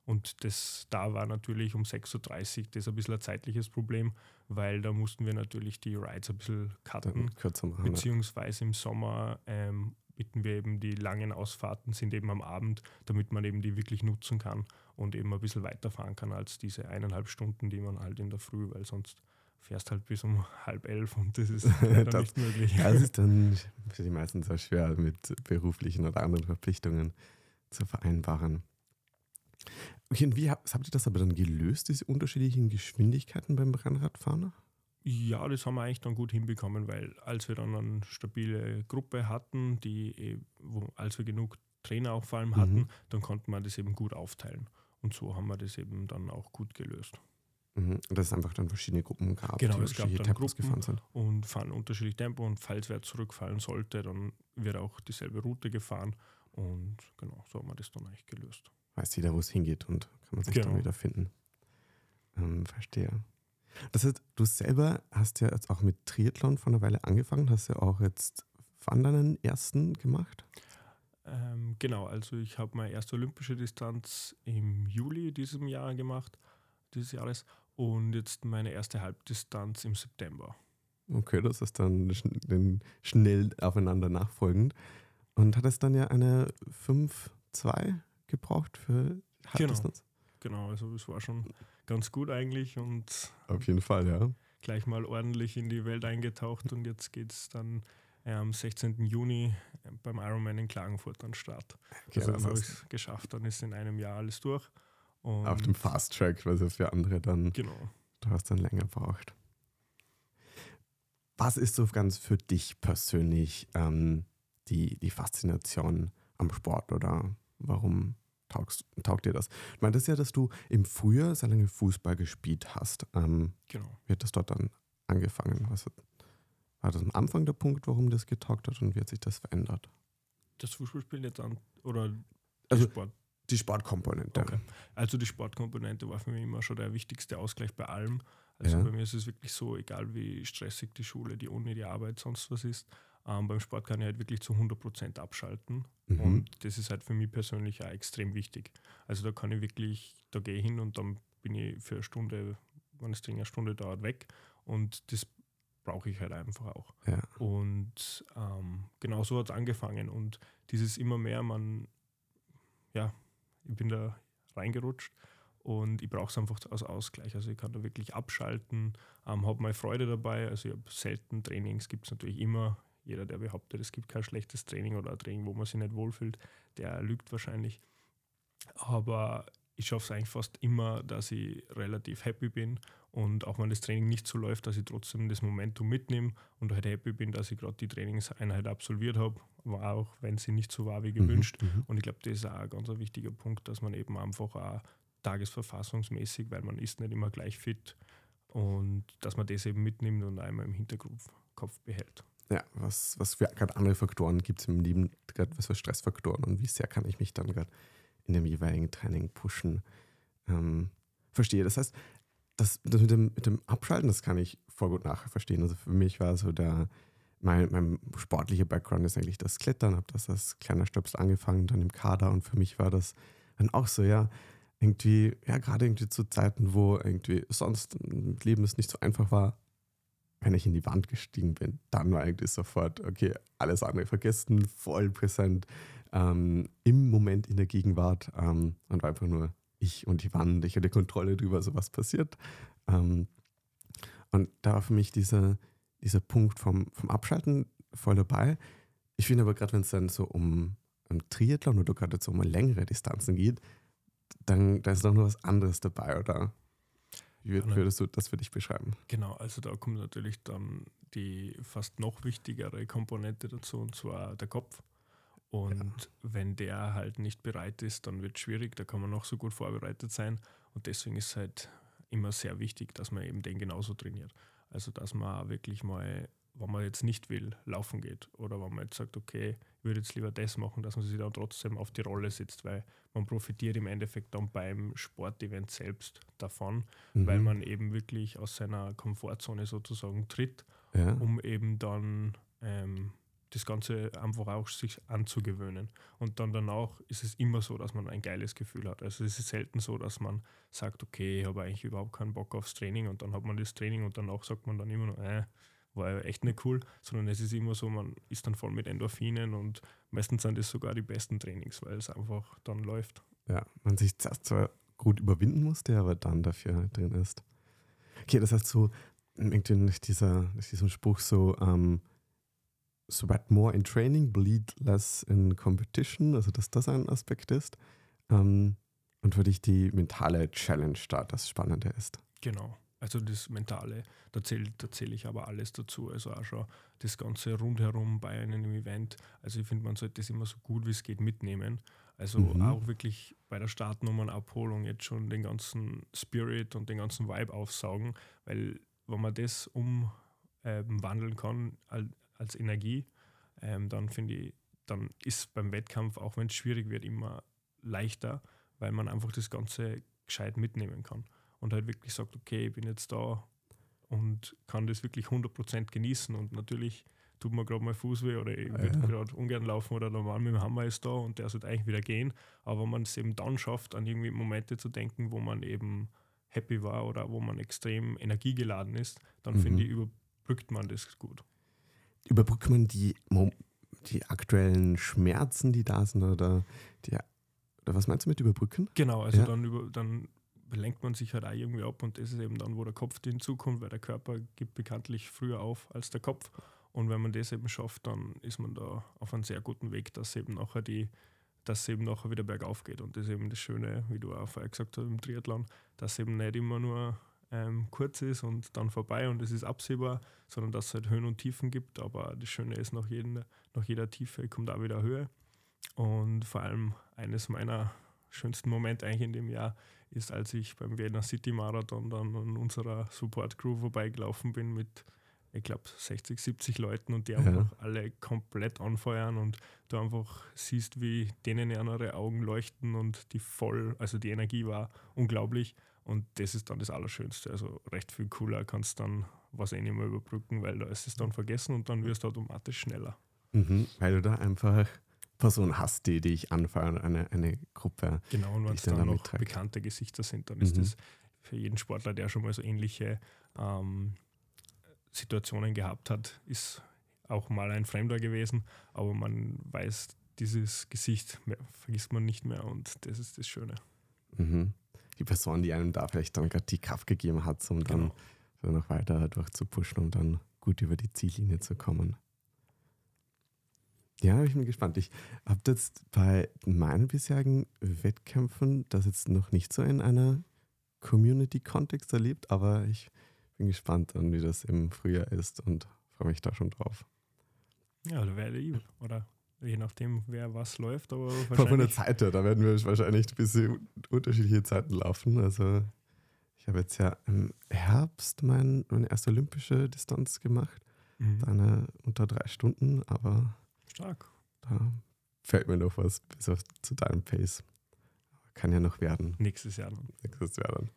Und das da war natürlich um sechs Uhr dreißig das ein bisschen ein zeitliches Problem, weil da mussten wir natürlich die Rides ein bisschen cutten, Dann kürzer machen. Ja. beziehungsweise im Sommer ähm, bitten wir eben die langen Ausfahrten sind eben am Abend, damit man eben die wirklich nutzen kann und eben ein bisschen weiterfahren kann als diese eineinhalb Stunden, die man halt in der Früh, weil sonst fährst halt bis um halb elf und das ist leider Das- nicht möglich. Ja, es ist dann für die meisten sehr schwer, mit beruflichen oder anderen Verpflichtungen zu vereinbaren. Okay, und wie habt, habt ihr das aber dann gelöst, diese unterschiedlichen Geschwindigkeiten beim Rennradfahren? Ja, das haben wir eigentlich dann gut hinbekommen, weil als wir dann eine stabile Gruppe hatten, die, eh- wo, als wir genug Trainer auch vor allem hatten, Mhm. dann konnten wir das eben gut aufteilen. Und so haben wir das eben dann auch gut gelöst. Mhm. Und dass es einfach dann verschiedene Gruppen gab, Genau, die es gab unterschiedliche dann Tempos Gruppen. gefahren sind. Und fahren unterschiedlich Tempo und falls wer zurückfallen sollte, dann wird auch dieselbe Route gefahren. Und genau, so haben wir das dann eigentlich gelöst. Weiß jeder, wo es hingeht und kann man sich Genau. dann wieder finden. Ähm, verstehe. Das heißt, du selber hast ja jetzt auch mit Triathlon vor einer Weile angefangen, hast ja auch jetzt wann deinen ersten gemacht? Ähm, genau, also ich habe meine erste olympische Distanz im Juli diesem Jahr gemacht, dieses Jahres, und jetzt meine erste Halbdistanz im September. Okay, das ist dann schn- den schnell aufeinander nachfolgend. Und hat es dann ja eine fünf zwei gebraucht für Halbdistanz? Genau, also es war schon ganz gut eigentlich und Auf jeden Fall, ja. gleich mal ordentlich in die Welt eingetaucht und jetzt geht es dann äh, am sechzehnten Juni beim Ironman in Klagenfurt an den Start. Okay, Also das dann habe ich heißt, es geschafft, dann ist in einem Jahr alles durch. Und auf dem Fast Track, was ja für andere dann, genau. du hast dann länger braucht. Was ist so ganz für dich persönlich ähm, die, die Faszination am Sport oder warum taugst, taugt dir das? Ich meine, das ist ja, dass du im Frühjahr sehr lange Fußball gespielt hast. Ähm, Genau. wie hat das dort dann angefangen? Was hat, war das am Anfang der Punkt, warum das getaugt hat und wie hat sich das verändert? Das Fußballspielen jetzt an oder Also- Sport. Die Sportkomponente. Okay. Also die Sportkomponente war für mich immer schon der wichtigste Ausgleich bei allem. Also Ja. bei mir ist es wirklich so, egal wie stressig die Schule, die Uni, die Arbeit, sonst was ist, ähm, beim Sport kann ich halt wirklich zu hundert Prozent abschalten. Mhm. Und das ist halt für mich persönlich auch extrem wichtig. Also da kann ich wirklich, da gehe ich hin und dann bin ich für eine Stunde, wenn das Ding eine Stunde dauert, weg. Und das brauche ich halt einfach auch. Ja. Und ähm, genau so hat es angefangen. Und dieses immer mehr, man, ja, ich bin da reingerutscht und ich brauche es einfach als Ausgleich. Also ich kann da wirklich abschalten, ähm, habe meine Freude dabei. Also ich habe selten Trainings, gibt es natürlich immer. Jeder, der behauptet, es gibt kein schlechtes Training oder ein Training, wo man sich nicht wohlfühlt, der lügt wahrscheinlich. Aber ich schaffe es eigentlich fast immer, dass ich relativ happy bin und auch wenn das Training nicht so läuft, dass ich trotzdem das Momentum mitnehme und halt happy bin, dass ich gerade die Trainingseinheit absolviert habe, war auch wenn sie nicht so war wie gewünscht. Mhm. Und ich glaube, das ist auch ein ganz ein wichtiger Punkt, dass man eben einfach auch tagesverfassungsmäßig, weil man ist nicht immer gleich fit und dass man das eben mitnimmt und einmal im Hinterkopf Kopf behält. Ja, was, was für gerade andere Faktoren gibt es im Leben, gerade was für Stressfaktoren und wie sehr kann ich mich dann gerade in dem jeweiligen Training pushen. Ähm, verstehe. Das heißt, das, das mit, dem, mit dem Abschalten, das kann ich voll gut nachverstehen. Also für mich war so der, mein, mein sportlicher Background ist eigentlich das Klettern, habe das als kleiner Stöpsel angefangen, dann im Kader und für mich war das dann auch so, ja, irgendwie, ja, gerade irgendwie zu Zeiten, wo irgendwie sonst im Leben es nicht so einfach war, wenn ich in die Wand gestiegen bin, dann war eigentlich sofort, okay, alles andere vergessen, voll präsent, ähm, im Moment in der Gegenwart ähm, und war einfach nur ich und die Wand, ich hatte Kontrolle darüber, so was passiert. Ähm, und da war für mich dieser, dieser Punkt vom, vom Abschalten voll dabei. Ich finde aber gerade, wenn es dann so um, um Triathlon oder gerade so um längere Distanzen geht, dann da ist noch nur was anderes dabei, oder? Wie Ja, ne. würdest du das für dich beschreiben? Genau, also da kommt natürlich dann die fast noch wichtigere Komponente dazu, und zwar der Kopf. Und wenn der halt nicht bereit ist, dann wird es schwierig, da kann man noch so gut vorbereitet sein. Und deswegen ist es halt immer sehr wichtig, dass man eben den genauso trainiert. Also dass man wirklich mal, wenn man jetzt nicht will, laufen geht. Oder wenn man jetzt sagt, okay, ich würde jetzt lieber das machen, dass man sich dann trotzdem auf die Rolle setzt, weil man profitiert im Endeffekt dann beim Sportevent selbst davon, Mhm. weil man eben wirklich aus seiner Komfortzone sozusagen tritt, ja. um eben dann ähm, das Ganze einfach auch sich anzugewöhnen. Und dann danach ist es immer so, dass man ein geiles Gefühl hat. Also es ist selten so, dass man sagt, okay, ich habe eigentlich überhaupt keinen Bock aufs Training und dann hat man das Training und danach sagt man dann immer noch, äh, war ja echt nicht cool, sondern es ist immer so, man ist dann voll mit Endorphinen und meistens sind das sogar die besten Trainings, weil es einfach dann läuft. Ja, man sich zuerst zwar gut überwinden musste, aber dann dafür drin ist. Okay, das heißt so, irgendwie nach, dieser, nach diesem Spruch so, ähm, sweat more in training, bleed less in competition, also dass das ein Aspekt ist. Ähm, und für dich die mentale Challenge da das Spannende ist. Genau. Also das Mentale, da zähle da zähl ich aber alles dazu. Also auch schon das Ganze rundherum bei einem Event. Also ich finde, man sollte das immer so gut wie es geht mitnehmen. Also Mhm. auch wirklich bei der Startnummernabholung jetzt schon den ganzen Spirit und den ganzen Vibe aufsaugen, weil wenn man das umwandeln ähm, kann als, als Energie, ähm, dann finde ich, dann ist beim Wettkampf, auch wenn es schwierig wird, immer leichter, weil man einfach das Ganze gescheit mitnehmen kann. Und halt wirklich sagt, okay, ich bin jetzt da und kann das wirklich hundert Prozent genießen. Und natürlich tut mir gerade mein Fuß weh oder ich würde Ja. gerade ungern laufen oder der Mann mit dem Hammer ist da und der sollte eigentlich wieder gehen. Aber wenn man es eben dann schafft, an irgendwie Momente zu denken, wo man eben happy war oder wo man extrem energiegeladen ist, dann Mhm. finde ich, überbrückt man das gut. Überbrückt man die, Mo- die aktuellen Schmerzen, die da sind, oder, die, oder was meinst du mit überbrücken? Genau, also Ja. dann, über, dann lenkt man sich halt auch irgendwie ab und das ist eben dann, wo der Kopf hinzukommt, weil der Körper gibt bekanntlich früher auf als der Kopf. Und wenn man das eben schafft, dann ist man da auf einem sehr guten Weg, dass eben nachher die, dass es eben nachher wieder bergauf geht. Und das ist eben das Schöne, wie du auch vorher gesagt hast, im Triathlon, dass es eben nicht immer nur ähm, kurz ist und dann vorbei und es ist absehbar, sondern dass es halt Höhen und Tiefen gibt. Aber das Schöne ist, nach, jeden, nach jeder Tiefe kommt auch wieder Höhe. Und vor allem eines meiner schönsten Momente eigentlich in dem Jahr ist, als ich beim Vienna City Marathon dann an unserer Support Crew vorbeigelaufen bin mit, ich glaube, sechzig, siebzig Leuten und die Ja. einfach alle komplett anfeuern und du einfach siehst, wie denen ihre Augen leuchten und die voll, also die Energie war unglaublich und das ist dann das Allerschönste. Also recht viel cooler kannst dann was eh nicht mehr überbrücken, weil da ist es dann vergessen und dann wirst du automatisch schneller. Mhm. Weil du da einfach Personen hast, die dich anfeuern, eine, eine Gruppe. Genau, und wenn die es ich dann dann da noch mittrage. bekannte Gesichter sind, dann ist Mhm. das für jeden Sportler, der schon mal so ähnliche ähm, Situationen gehabt hat, ist auch mal ein Fremder gewesen, aber man weiß, dieses Gesicht mehr, vergisst man nicht mehr und das ist das Schöne. Mhm. Die Person, die einem da vielleicht dann gerade die Kraft gegeben hat, um dann Genau. so noch weiter durchzupushen, um dann gut über die Ziellinie zu kommen. Ja, ich bin gespannt. Ich habe jetzt bei meinen bisherigen Wettkämpfen das jetzt noch nicht so in einer Community-Kontext erlebt, aber ich bin gespannt an, wie das im Frühjahr ist und freue mich da schon drauf. Ja, da werde ich, oder je nachdem, wer was läuft, aber Von, von der wahrscheinlich. Zeit her, da werden wir wahrscheinlich ein bisschen unterschiedliche Zeiten laufen. Also ich habe jetzt ja im Herbst mein, meine erste olympische Distanz gemacht. Mhm. Eine unter drei Stunden, aber Stark. da fällt mir noch was bis auf zu deinem Pace. Kann ja noch werden. Nächstes Jahr dann. Nächstes Jahr dann.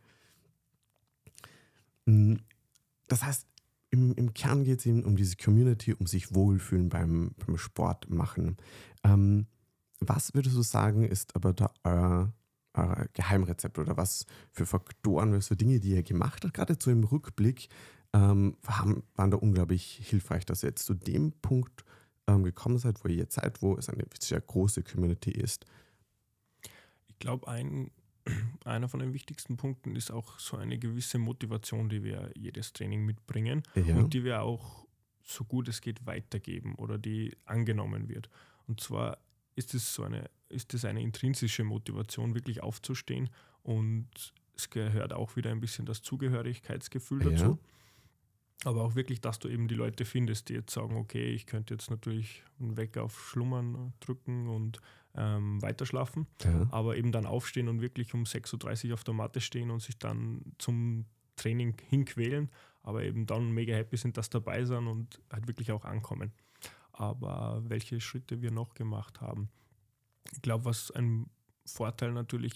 Mm, Das heißt, im, im Kern geht es eben um diese Community, um sich wohlfühlen beim, beim Sport machen. Ähm, was würdest du sagen, ist aber da euer, euer Geheimrezept oder was für Faktoren, was für Dinge, die ihr gemacht habt, gerade so im Rückblick, ähm, haben, waren da unglaublich hilfreich, dass ihr jetzt zu dem Punkt ähm, gekommen seid, wo ihr jetzt seid, wo es eine sehr große Community ist? Ich glaube, ein, einer von den wichtigsten Punkten ist auch so eine gewisse Motivation, die wir jedes Training mitbringen Ja. und die wir auch so gut es geht weitergeben oder die angenommen wird. Und zwar ist es so eine, ist es eine intrinsische Motivation, wirklich aufzustehen und es gehört auch wieder ein bisschen das Zugehörigkeitsgefühl Ja. dazu. Aber auch wirklich, dass du eben die Leute findest, die jetzt sagen, okay, ich könnte jetzt natürlich einen Wecker auf Schlummern drücken und ähm, weiterschlafen, Ja. aber eben dann aufstehen und wirklich um sechs Uhr dreißig auf der Matte stehen und sich dann zum Training hinquälen, aber eben dann mega happy sind, dass dabei sind und halt wirklich auch ankommen. Aber welche Schritte wir noch gemacht haben. Ich glaube, was ein Vorteil natürlich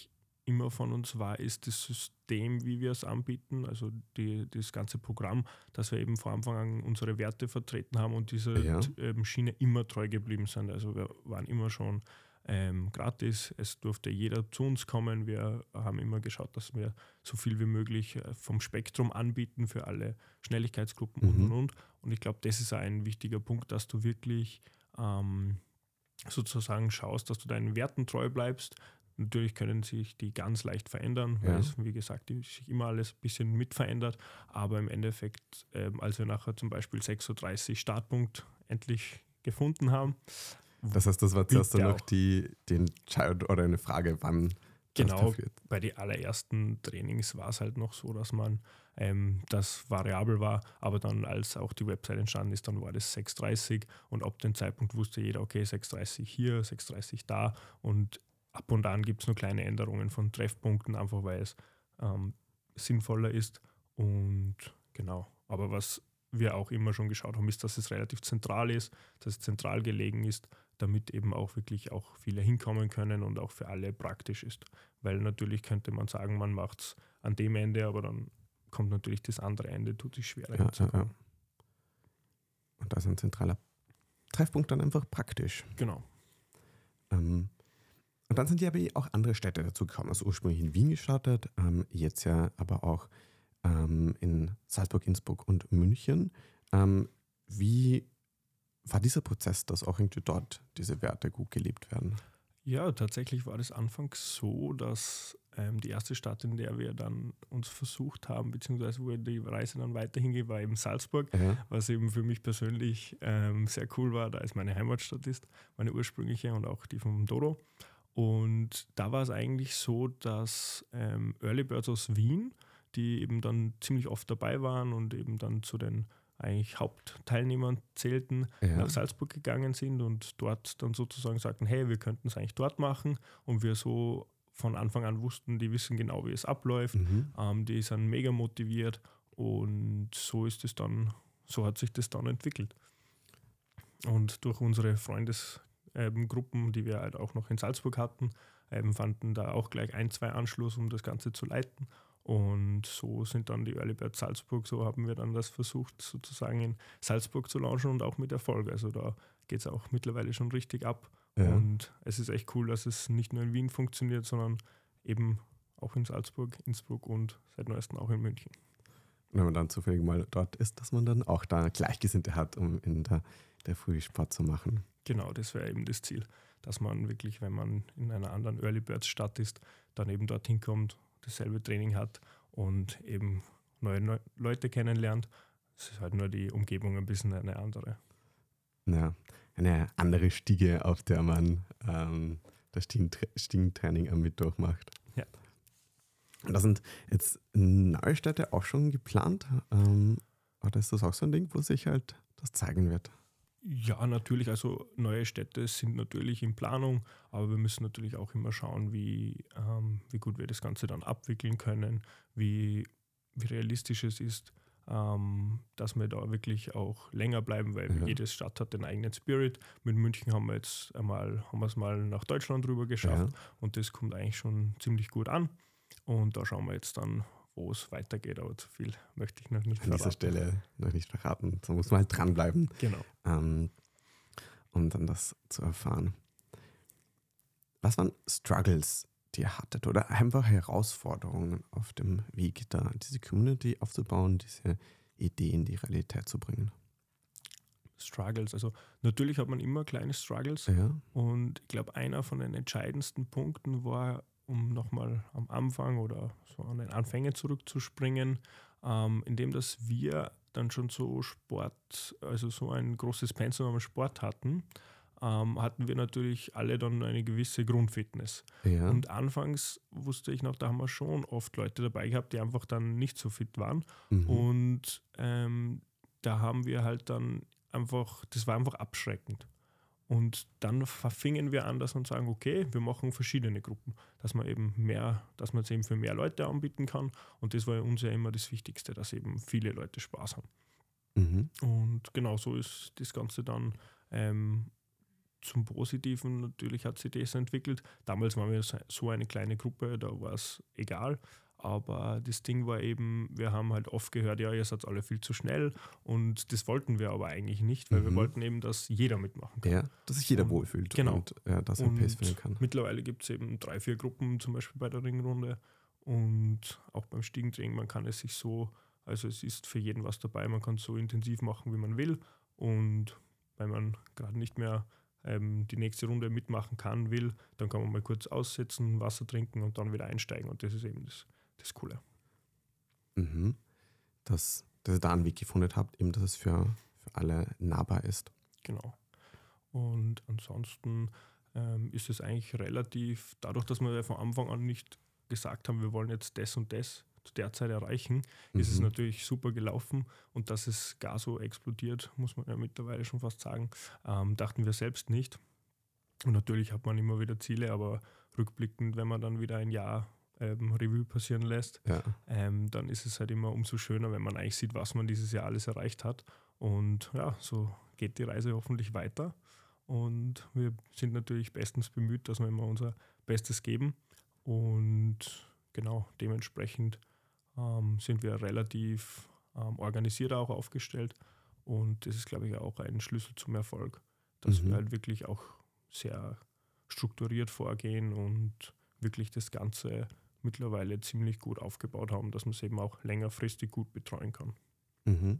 immer von uns war, ist das System, wie wir es anbieten, also die, das ganze Programm, dass wir eben von Anfang an unsere Werte vertreten haben und dieser Ja. ähm, Schiene immer treu geblieben sind. Also wir waren immer schon ähm, gratis, es durfte jeder zu uns kommen. Wir haben immer geschaut, dass wir so viel wie möglich äh, vom Spektrum anbieten für alle Schnelligkeitsgruppen und Mhm. und und. Und ich glaube, das ist ein wichtiger Punkt, dass du wirklich ähm, sozusagen schaust, dass du deinen Werten treu bleibst. Natürlich können sich die ganz leicht verändern, weil Ja. es, wie gesagt, die- sich immer alles ein bisschen mit verändert. Aber im Endeffekt, ähm, als wir nachher zum Beispiel sechs Uhr dreißig Startpunkt endlich gefunden haben, Das heißt, das war zuerst dann Bitte noch auch. die, die Entscheidung oder eine Frage, wann das genau passiert. bei den allerersten Trainings war es halt noch so, dass man ähm, das variabel war, aber dann, als auch die Website entstanden ist, dann war das sechs Uhr dreißig und ab dem Zeitpunkt wusste jeder, okay, sechs Uhr dreißig hier, sechs Uhr dreißig da und ab und an gibt es nur kleine Änderungen von Treffpunkten, einfach weil es ähm, sinnvoller ist und genau. Aber was wir auch immer schon geschaut haben, ist, dass es relativ zentral ist, dass es zentral gelegen ist, damit eben auch wirklich auch viele hinkommen können und auch für alle praktisch ist. Weil natürlich könnte man sagen, man macht es an dem Ende, aber dann kommt natürlich das andere Ende, tut sich schwerer Ja, ja, ja. hinzukommen. Und da ist ein zentraler Treffpunkt dann einfach praktisch. Genau. Ähm, und dann sind ja aber auch andere Städte dazu gekommen. Also ursprünglich in Wien gestartet, ähm, jetzt ja aber auch ähm, in Salzburg, Innsbruck und München. Ähm, wie war dieser Prozess, dass auch irgendwie dort diese Werte gut gelebt werden? Ja, tatsächlich war das anfangs so, dass ähm, die erste Stadt, in der wir dann uns versucht haben, beziehungsweise wo die Reise dann weiterhin ging, war eben Salzburg, Ja. was eben für mich persönlich ähm, sehr cool war, da es meine Heimatstadt ist, meine ursprüngliche und auch die vom Dodo. Und da war es eigentlich so, dass ähm, Early Birds aus Wien, die eben dann ziemlich oft dabei waren und eben dann zu den eigentlich Hauptteilnehmern zählten, Ja. nach Salzburg gegangen sind und dort dann sozusagen sagten, hey, wir könnten es eigentlich dort machen und wir so von Anfang an wussten, die wissen genau, wie es abläuft, Mhm. ähm, die sind mega motiviert und so ist es dann, so hat sich das dann entwickelt. Und durch unsere Freundesgruppen, die wir halt auch noch in Salzburg hatten, ähm, fanden da auch gleich ein, zwei Anschluss, um das Ganze zu leiten. Und so sind dann die Early Birds Salzburg, so haben wir dann das versucht, sozusagen in Salzburg zu launchen und auch mit Erfolg. Also da geht es auch mittlerweile schon richtig ab. Ja. Und es ist echt cool, dass es nicht nur in Wien funktioniert, sondern eben auch in Salzburg, Innsbruck und seit neuestem auch in München. Und wenn man dann zufällig mal dort ist, dass man dann auch da Gleichgesinnte hat, um in der, der Früh Sport zu machen. Genau, das wäre eben das Ziel, dass man wirklich, wenn man in einer anderen Early Birds Stadt ist, dann eben dorthin kommt, dasselbe Training hat und eben neue Neu- Leute kennenlernt. Es ist halt nur die Umgebung ein bisschen eine andere. Ja, eine andere Stiege, auf der man ähm, das Stiegen- Stiegentraining am Mittwoch macht. Ja. Und da sind jetzt neue Städte auch schon geplant. Ähm, oder ist das auch so ein Ding, wo sich halt das zeigen wird? Ja, natürlich, also neue Städte sind natürlich in Planung, aber wir müssen natürlich auch immer schauen, wie, ähm, wie gut wir das Ganze dann abwickeln können, wie, wie realistisch es ist, ähm, dass wir da wirklich auch länger bleiben, weil Ja. jede Stadt hat den eigenen Spirit. Mit München haben wir jetzt einmal, haben wir es mal nach Deutschland rüber geschafft Ja. und das kommt eigentlich schon ziemlich gut an. Und da schauen wir jetzt dann, wo es weitergeht, aber zu viel möchte ich noch nicht An dieser verraten. Stelle noch nicht verraten. Da muss man halt dranbleiben, Genau. ähm, um dann das zu erfahren. Was waren Struggles, die ihr hattet oder einfach Herausforderungen auf dem Weg, da diese Community aufzubauen, diese Idee in die Realität zu bringen? Struggles. Also natürlich hat man immer kleine Struggles Ja. und ich glaube, einer von den entscheidendsten Punkten war, um nochmal am Anfang oder so an den Anfängen zurückzuspringen, ähm, indem dass wir dann schon so Sport, also so ein großes Pensum am Sport hatten, ähm, hatten wir natürlich alle dann eine gewisse Grundfitness. Ja. Und anfangs wusste ich noch, da haben wir schon oft Leute dabei gehabt, die einfach dann nicht so fit waren. Mhm. Und ähm, da haben wir halt dann einfach, das war einfach abschreckend. Und dann fingen wir an, dass wir sagen, okay, wir machen verschiedene Gruppen, dass man eben mehr, dass man es eben für mehr Leute anbieten kann. Und das war uns ja immer das Wichtigste, dass eben viele Leute Spaß haben. Mhm. Und genau so ist das Ganze dann ähm, zum Positiven, natürlich hat sich das entwickelt. Damals waren wir so eine kleine Gruppe, da war es egal. Aber das Ding war eben, wir haben halt oft gehört, ja, ihr seid alle viel zu schnell und das wollten wir aber eigentlich nicht, weil mhm. wir wollten eben, dass jeder mitmachen kann. Ja, dass sich jeder und, wohlfühlt genau. und ja, dass er Pace finden kann. Mittlerweile gibt es eben drei, vier Gruppen, zum Beispiel bei der Ringrunde und auch beim Stiegentraining, man kann es sich so, also es ist für jeden was dabei, man kann es so intensiv machen, wie man will und wenn man gerade nicht mehr ähm, die nächste Runde mitmachen kann, will, dann kann man mal kurz aussetzen, Wasser trinken und dann wieder einsteigen und das ist eben das Das Coole. Mhm. Dass, dass ihr da einen Weg gefunden habt, eben dass es für, für alle nahbar ist. Genau. Und ansonsten ähm, ist es eigentlich relativ, dadurch, dass wir von Anfang an nicht gesagt haben, wir wollen jetzt das und das zu der Zeit erreichen, mhm. ist es natürlich super gelaufen und dass es gar so explodiert, muss man ja mittlerweile schon fast sagen, ähm, dachten wir selbst nicht. Und natürlich hat man immer wieder Ziele, aber rückblickend, wenn man dann wieder ein Jahr Ähm, Revue passieren lässt, ja. ähm, dann ist es halt immer umso schöner, wenn man eigentlich sieht, was man dieses Jahr alles erreicht hat. Und ja, so geht die Reise hoffentlich weiter. Und wir sind natürlich bestens bemüht, dass wir immer unser Bestes geben. Und genau, dementsprechend ähm, sind wir relativ ähm, organisiert auch aufgestellt. Und das ist, glaube ich, auch ein Schlüssel zum Erfolg, dass mhm. wir halt wirklich auch sehr strukturiert vorgehen und wirklich das Ganze mittlerweile ziemlich gut aufgebaut haben, dass man es eben auch längerfristig gut betreuen kann. Mhm.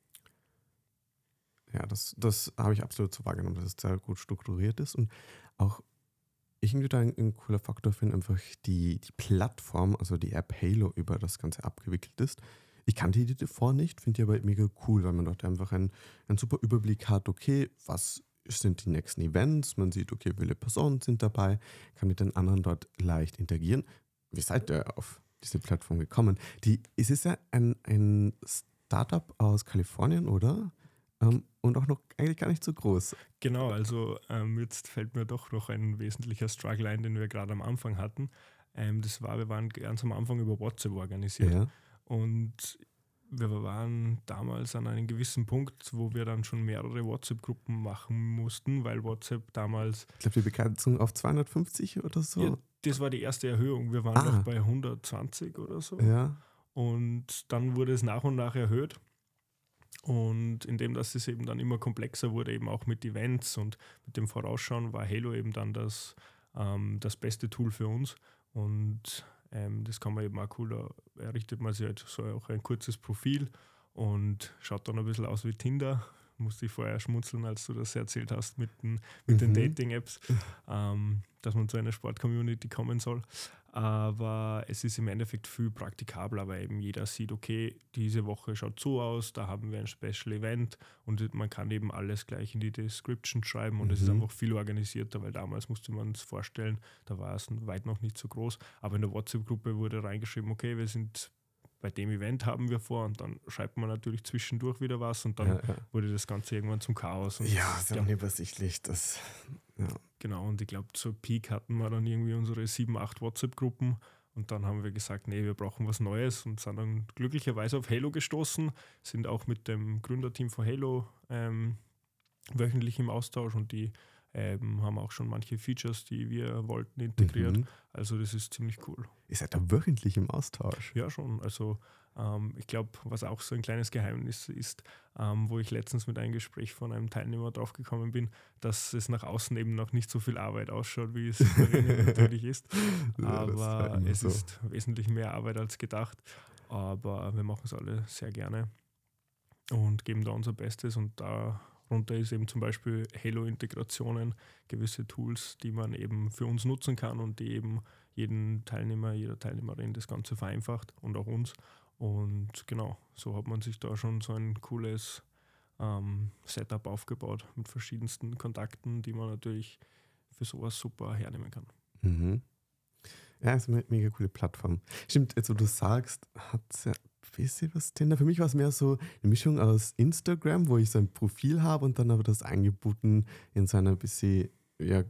Ja, das, das habe ich absolut so wahrgenommen, dass es sehr gut strukturiert ist und auch ich irgendwie da ein, ein cooler Faktor finde, einfach die, die Plattform, also die App Halo über das Ganze abgewickelt ist. Ich kannte die davor nicht, finde die aber mega cool, weil man dort einfach einen, einen super Überblick hat, okay, was sind die nächsten Events, man sieht, okay, welche Personen sind dabei, kann mit den anderen dort leicht interagieren. Wie seid ihr auf diese Plattform gekommen? Die, es ist ja ein, ein Startup aus Kalifornien, oder? Ähm, und auch noch eigentlich gar nicht so groß. Genau, also ähm, jetzt fällt mir doch noch ein wesentlicher Struggle ein, den wir gerade am Anfang hatten. Ähm, das war, wir waren ganz am Anfang über WhatsApp organisiert. Ja. Und wir waren damals an einem gewissen Punkt, wo wir dann schon mehrere WhatsApp-Gruppen machen mussten, weil WhatsApp damals... Ich glaube, die Begrenzung auf zweihundertfünfzig oder so. Ja, das war die erste Erhöhung. Wir waren ah. noch bei hundertzwanzig oder so. Ja. Und dann wurde es nach und nach erhöht. Und indem das es eben dann immer komplexer wurde, eben auch mit Events und mit dem Vorausschauen, war Halo eben dann das, ähm, das beste Tool für uns. Und ähm, das kann man eben auch cool, da errichtet man sich halt so auch ein kurzes Profil und schaut dann ein bisschen aus wie Tinder. Musste ich vorher schmunzeln, als du das erzählt hast mit den, mit mhm. den Dating-Apps, ähm, dass man zu einer Sport-Community kommen soll. Aber es ist im Endeffekt viel praktikabler, weil eben jeder sieht, okay, diese Woche schaut so aus, da haben wir ein Special Event und man kann eben alles gleich in die Description schreiben und es mhm. ist einfach viel organisierter, weil damals musste man es vorstellen, da war es weit noch nicht so groß, aber in der WhatsApp-Gruppe wurde reingeschrieben, okay, wir sind bei dem Event haben wir vor und dann schreibt man natürlich zwischendurch wieder was und dann ja, ja. wurde das Ganze irgendwann zum Chaos. Und ja, sehr ja. unübersichtlich. Das, ja. Genau, und ich glaube, zur Peak hatten wir dann irgendwie unsere sieben, acht WhatsApp-Gruppen und dann haben wir gesagt, nee, wir brauchen was Neues und sind dann glücklicherweise auf Halo gestoßen, sind auch mit dem Gründerteam von Halo ähm, wöchentlich im Austausch und die ähm, haben auch schon manche Features, die wir wollten, integriert. Mhm. Also das ist ziemlich cool. Ihr seid da wöchentlich im Austausch? Ja, schon. Also ähm, ich glaube, was auch so ein kleines Geheimnis ist, ähm, wo ich letztens mit einem Gespräch von einem Teilnehmer drauf gekommen bin, dass es nach außen eben noch nicht so viel Arbeit ausschaut, wie es natürlich ist. Aber ja, es so. ist wesentlich mehr Arbeit als gedacht. Aber wir machen es alle sehr gerne und geben da unser Bestes und da Darunter ist eben zum Beispiel Halo-Integrationen, gewisse Tools, die man eben für uns nutzen kann und die eben jeden Teilnehmer, jeder Teilnehmerin das Ganze vereinfacht und auch uns. Und genau, so hat man sich da schon so ein cooles ähm, Setup aufgebaut mit verschiedensten Kontakten, die man natürlich für sowas super hernehmen kann. Mhm. Ja, ist eine mega coole Plattform. Stimmt, jetzt wo du sagst, hat es ja ein bisschen was Tinder. Für mich war es mehr so eine Mischung aus Instagram, wo ich so ein Profil habe und dann aber das eingebunden in so einer bisschen ja,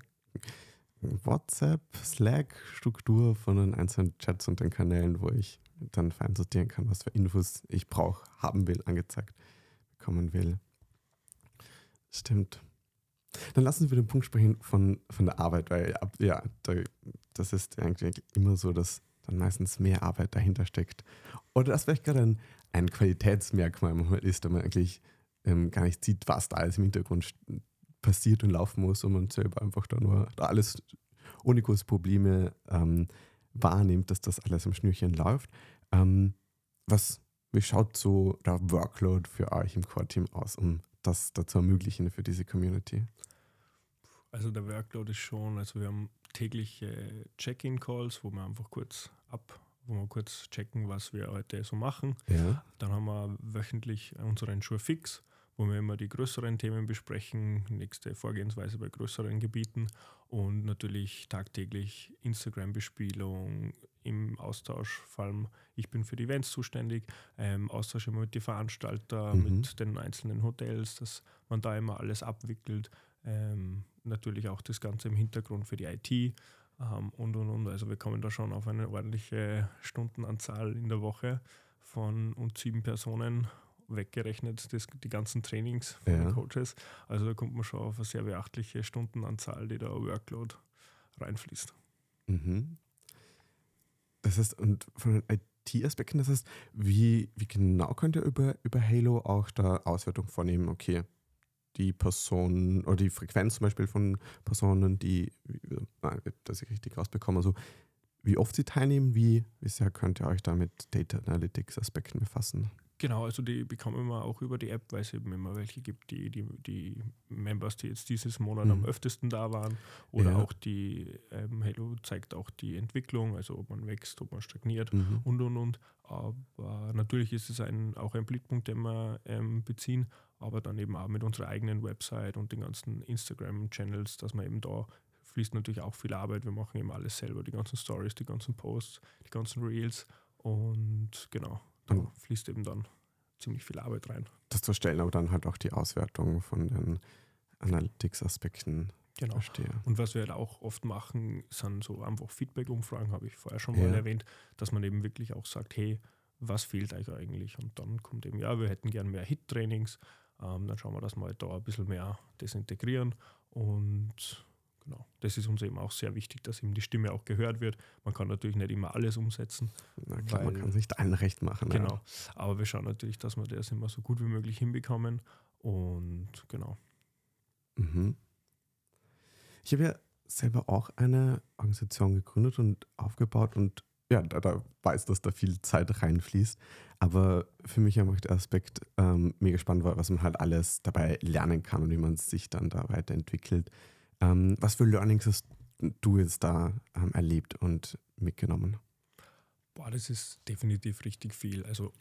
WhatsApp, Slack-Struktur von den einzelnen Chats und den Kanälen, wo ich dann fein sortieren kann, was für Infos ich brauche, haben will, angezeigt bekommen will. Stimmt. Dann lassen wir den Punkt sprechen von, von der Arbeit, weil ab, ja, da, das ist eigentlich immer so, dass dann meistens mehr Arbeit dahinter steckt. Oder das vielleicht gerade ein, ein Qualitätsmerkmal manchmal ist, da man eigentlich ähm, gar nicht sieht, was da alles im Hintergrund st- passiert und laufen muss und man selber einfach da nur da alles ohne große Probleme ähm, wahrnimmt, dass das alles am Schnürchen läuft. Ähm, was, wie schaut so der Workload für euch im Core-Team aus, um das dazu ermöglichen für diese Community? Also der Workload ist schon, also wir haben tägliche Check-in-Calls, wo wir einfach kurz ab, wo wir kurz checken, was wir heute so machen. Ja. Dann haben wir wöchentlich unseren Sure Fix, wo wir immer die größeren Themen besprechen, nächste Vorgehensweise bei größeren Gebieten und natürlich tagtäglich Instagram-Bespielung im Austausch. Vor allem, ich bin für die Events zuständig, ähm, Austausch immer mit den Veranstaltern, Mhm. mit den einzelnen Hotels, dass man da immer alles abwickelt. Ähm, natürlich auch das Ganze im Hintergrund für die I T ähm, und und und. Also wir kommen da schon auf eine ordentliche Stundenanzahl in der Woche von und sieben Personen weggerechnet, das, die ganzen Trainings von Ja. den Coaches. Also da kommt man schon auf eine sehr beachtliche Stundenanzahl, die da Workload reinfließt. Mhm. Das heißt, und von den I T-Aspekten, das heißt, wie, wie genau könnt ihr über, über Halo auch da Auswertung vornehmen? Okay, die Person oder die Frequenz zum Beispiel von Personen, die, wie- nein, dass ich richtig rausbekomme, also wie oft sie teilnehmen, wie, wie sehr könnt ihr euch da mit Data Analytics Aspekten befassen? Genau, also die bekommen wir auch über die App, weil es eben immer welche gibt, die, die, die Members, die jetzt dieses Monat am Mhm. öftesten da waren. Oder Ja. auch die ähm, Halo zeigt auch die Entwicklung, also ob man wächst, ob man stagniert Mhm. und und und. Aber natürlich ist es ein, auch ein Blickpunkt, den wir ähm, beziehen, aber dann eben auch mit unserer eigenen Website und den ganzen Instagram-Channels, dass man eben da fließt natürlich auch viel Arbeit. Wir machen eben alles selber, die ganzen Stories, die ganzen Posts, die ganzen Reels und genau. Da Und fließt eben dann ziemlich viel Arbeit rein. das zu erstellen, aber dann halt auch die Auswertung von den Analytics-Aspekten. Genau. Verstehe. Und was wir halt auch oft machen, sind so einfach Feedback-Umfragen, habe ich vorher schon Ja. mal erwähnt, dass man eben wirklich auch sagt, hey, was fehlt euch eigentlich? Und dann kommt eben, ja, wir hätten gern mehr Hit-Trainings. Ähm, dann schauen wir, dass wir halt da ein bisschen mehr das integrieren. Und genau, das ist uns eben auch sehr wichtig, dass eben die Stimme auch gehört wird. Man kann natürlich nicht immer alles umsetzen. Na klar, man Weil- kann es nicht allen recht machen. Genau. Aber wir schauen natürlich, dass wir das immer so gut wie möglich hinbekommen. Und genau. Ja. Mhm. Ich habe ja selber auch eine Organisation gegründet und aufgebaut und ja, da, da weiß, dass da viel Zeit reinfließt. Aber für mich einfach der Aspekt ähm, mega spannend war, was man halt alles dabei lernen kann und wie man sich dann da weiterentwickelt. Ähm, was für Learnings hast du jetzt da ähm, erlebt und mitgenommen? Boah, das ist definitiv richtig viel. Also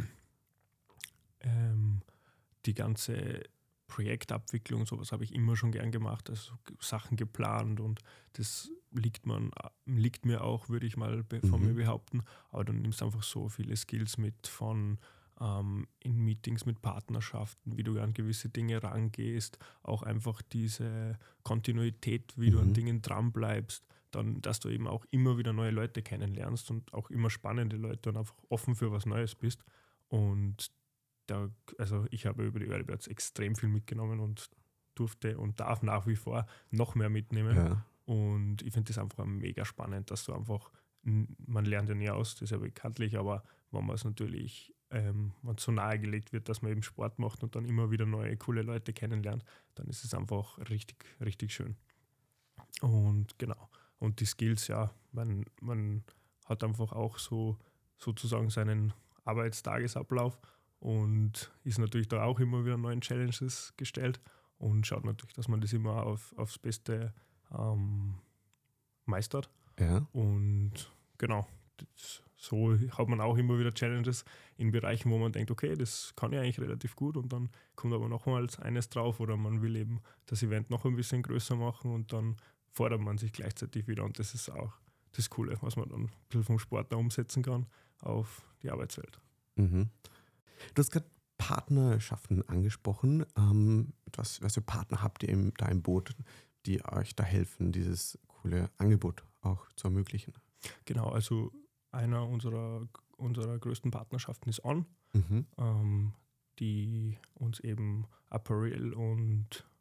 ähm, die ganze Projektabwicklung, sowas habe ich immer schon gern gemacht, also Sachen geplant und das liegt, man, liegt mir auch, würde ich mal be- von Mhm. mir behaupten. Aber dann nimmst du einfach so viele Skills mit von ähm, in Meetings mit Partnerschaften, wie du an gewisse Dinge rangehst, auch einfach diese Kontinuität, wie du an Mhm. Dingen dranbleibst, dann, dass du eben auch immer wieder neue Leute kennenlernst und auch immer spannende Leute und einfach offen für was Neues bist. Und da, also ich habe über die Early Birds extrem viel mitgenommen und durfte und darf nach wie vor noch mehr mitnehmen. Ja. Und ich finde das einfach mega spannend, dass du einfach, n- man lernt ja nie aus, das ist ja bekanntlich, aber wenn man es natürlich, ähm, wenn es so nahegelegt wird, dass man eben Sport macht und dann immer wieder neue, coole Leute kennenlernt, dann ist es einfach richtig, richtig schön. Und genau. Und die Skills, ja, man, man hat einfach auch so sozusagen seinen Arbeitstagesablauf und ist natürlich da auch immer wieder neuen Challenges gestellt und schaut natürlich, dass man das immer auf, aufs Beste ähm, meistert. Ja. Und genau, das, so hat man auch immer wieder Challenges in Bereichen, wo man denkt, okay, das kann ich eigentlich relativ gut und dann kommt aber nochmals eines drauf oder man will eben das Event noch ein bisschen größer machen und dann fordert man sich gleichzeitig wieder und das ist auch das Coole, was man dann ein bisschen vom Sport da umsetzen kann auf die Arbeitswelt. Mhm. Du hast gerade Partnerschaften angesprochen. Ähm, was, was für Partner habt ihr im, da im Boot, die euch da helfen, dieses coole Angebot auch zu ermöglichen? Genau, also einer unserer, unserer größten Partnerschaften ist On, Mhm. ähm, die uns eben Apparel und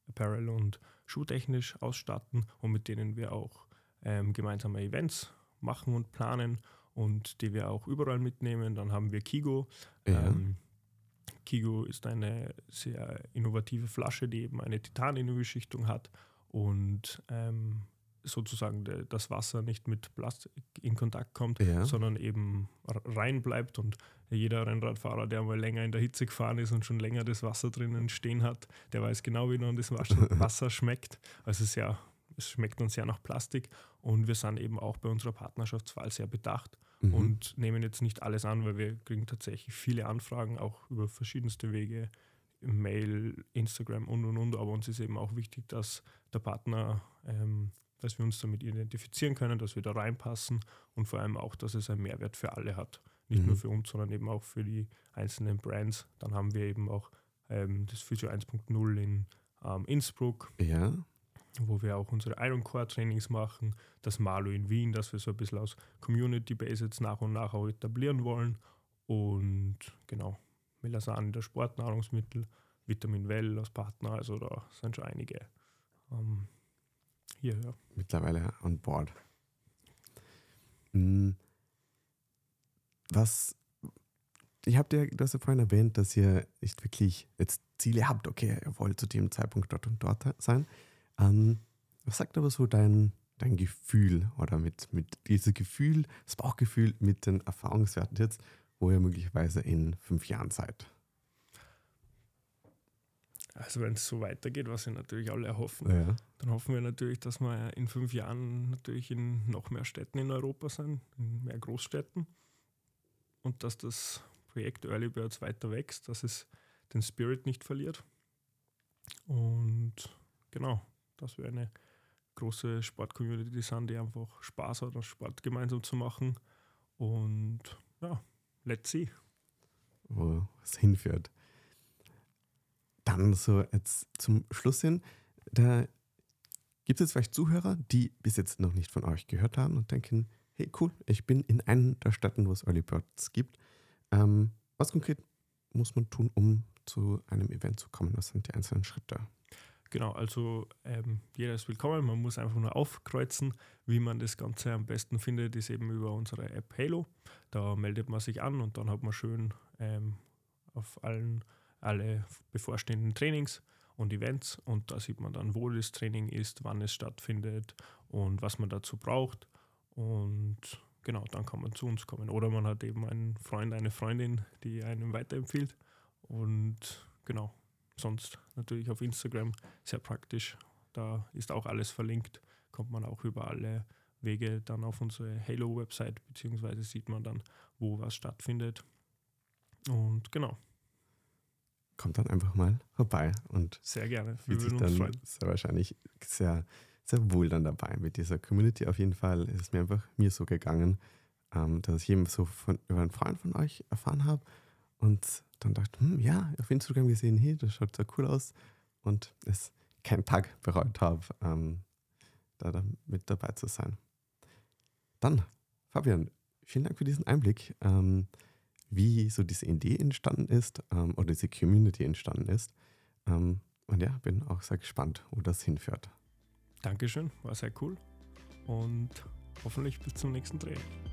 apparel- und schuhtechnisch ausstatten und mit denen wir auch ähm, gemeinsame Events machen und planen und die wir auch überall mitnehmen. Dann haben wir Kigo. Ja. Ähm, Kigo ist eine sehr innovative Flasche, die eben eine Titaniumbeschichtung hat und ähm, sozusagen de, das Wasser nicht mit Plastik in Kontakt kommt, Ja. sondern eben rein bleibt. Und jeder Rennradfahrer, der mal länger in der Hitze gefahren ist und schon länger das Wasser drinnen stehen hat, der weiß genau, wie dann das Wasser schmeckt. Also sehr, es schmeckt dann sehr nach Plastik. Und wir sind eben auch bei unserer Partnerschaftswahl sehr bedacht. Mhm. Und nehmen jetzt nicht alles an, weil wir kriegen tatsächlich viele Anfragen, auch über verschiedenste Wege, Mail, Instagram und und und. Aber uns ist eben auch wichtig, dass der Partner, ähm, dass wir uns damit identifizieren können, dass wir da reinpassen und vor allem auch, dass es einen Mehrwert für alle hat. Nicht Mhm. nur für uns, sondern eben auch für die einzelnen Brands. Dann haben wir eben auch ähm, das Physio eins Punkt null in ähm, Innsbruck, Ja. wo wir auch unsere Ironcore-Trainings machen, das Malo in Wien, das wir so ein bisschen aus Community-Base jetzt nach und nach auch etablieren wollen und genau, Melasan in der Sportnahrungsmittel, Vitamin Well als Partner, also da sind schon einige ähm, hier, ja. Mittlerweile an Bord. Hm. Was, ich habe dir, du hast ja vorhin erwähnt, dass ihr nicht wirklich jetzt Ziele habt, okay, ihr wollt zu dem Zeitpunkt dort und dort sein. Ähm, was sagt aber so dein, dein Gefühl oder mit, mit diesem Gefühl, das Bauchgefühl mit den Erfahrungswerten jetzt, wo ihr möglicherweise in fünf Jahren seid? Also wenn es so weitergeht, was wir natürlich alle erhoffen, Ja. dann hoffen wir natürlich, dass wir in fünf Jahren natürlich in noch mehr Städten in Europa sind, in mehr Großstädten und dass das Projekt Early Birds weiter wächst, dass es den Spirit nicht verliert und genau, dass wir eine große Sport-Community sind, die einfach Spaß hat, Sport gemeinsam zu machen und ja, let's see. Wo es hinführt. Dann so jetzt zum Schluss hin, da gibt es vielleicht Zuhörer, die bis jetzt noch nicht von euch gehört haben und denken, hey cool, ich bin in einer der Städten, wo es Early Birds gibt. Ähm, was konkret muss man tun, um zu einem Event zu kommen? Was sind die einzelnen Schritte? Genau, also ähm, jeder ist willkommen, man muss einfach nur aufkreuzen, wie man das Ganze am besten findet, ist eben über unsere App Halo. Da meldet man sich an und dann hat man schön ähm, auf allen alle bevorstehenden Trainings und Events und da sieht man dann, wo das Training ist, wann es stattfindet und was man dazu braucht und genau, dann kann man zu uns kommen. Oder man hat eben einen Freund, eine Freundin, die einem weiterempfiehlt und genau, sonst natürlich auf Instagram sehr praktisch, da ist auch alles verlinkt, kommt man auch über alle Wege dann auf unsere Halo-Website, beziehungsweise sieht man dann, wo was stattfindet und genau. Kommt dann einfach mal vorbei und sehr gerne. fühlt sich dann sehr wahrscheinlich sehr, sehr wohl dann dabei mit dieser Community. Auf jeden Fall ist es mir einfach mir so gegangen, ähm, dass ich eben so von, über einen Freund von euch erfahren habe und dann dachte, hm, ja, auf Instagram gesehen, hey, das schaut sehr cool aus und es keinen Tag bereut habe, ähm, da, da mit dabei zu sein. Dann, Fabian, vielen Dank für diesen Einblick. Ähm, wie so diese Idee entstanden ist ähm, oder diese Community entstanden ist. Ähm, und ja, bin auch sehr gespannt, wo das hinführt. Dankeschön, war sehr cool und hoffentlich bis zum nächsten Training.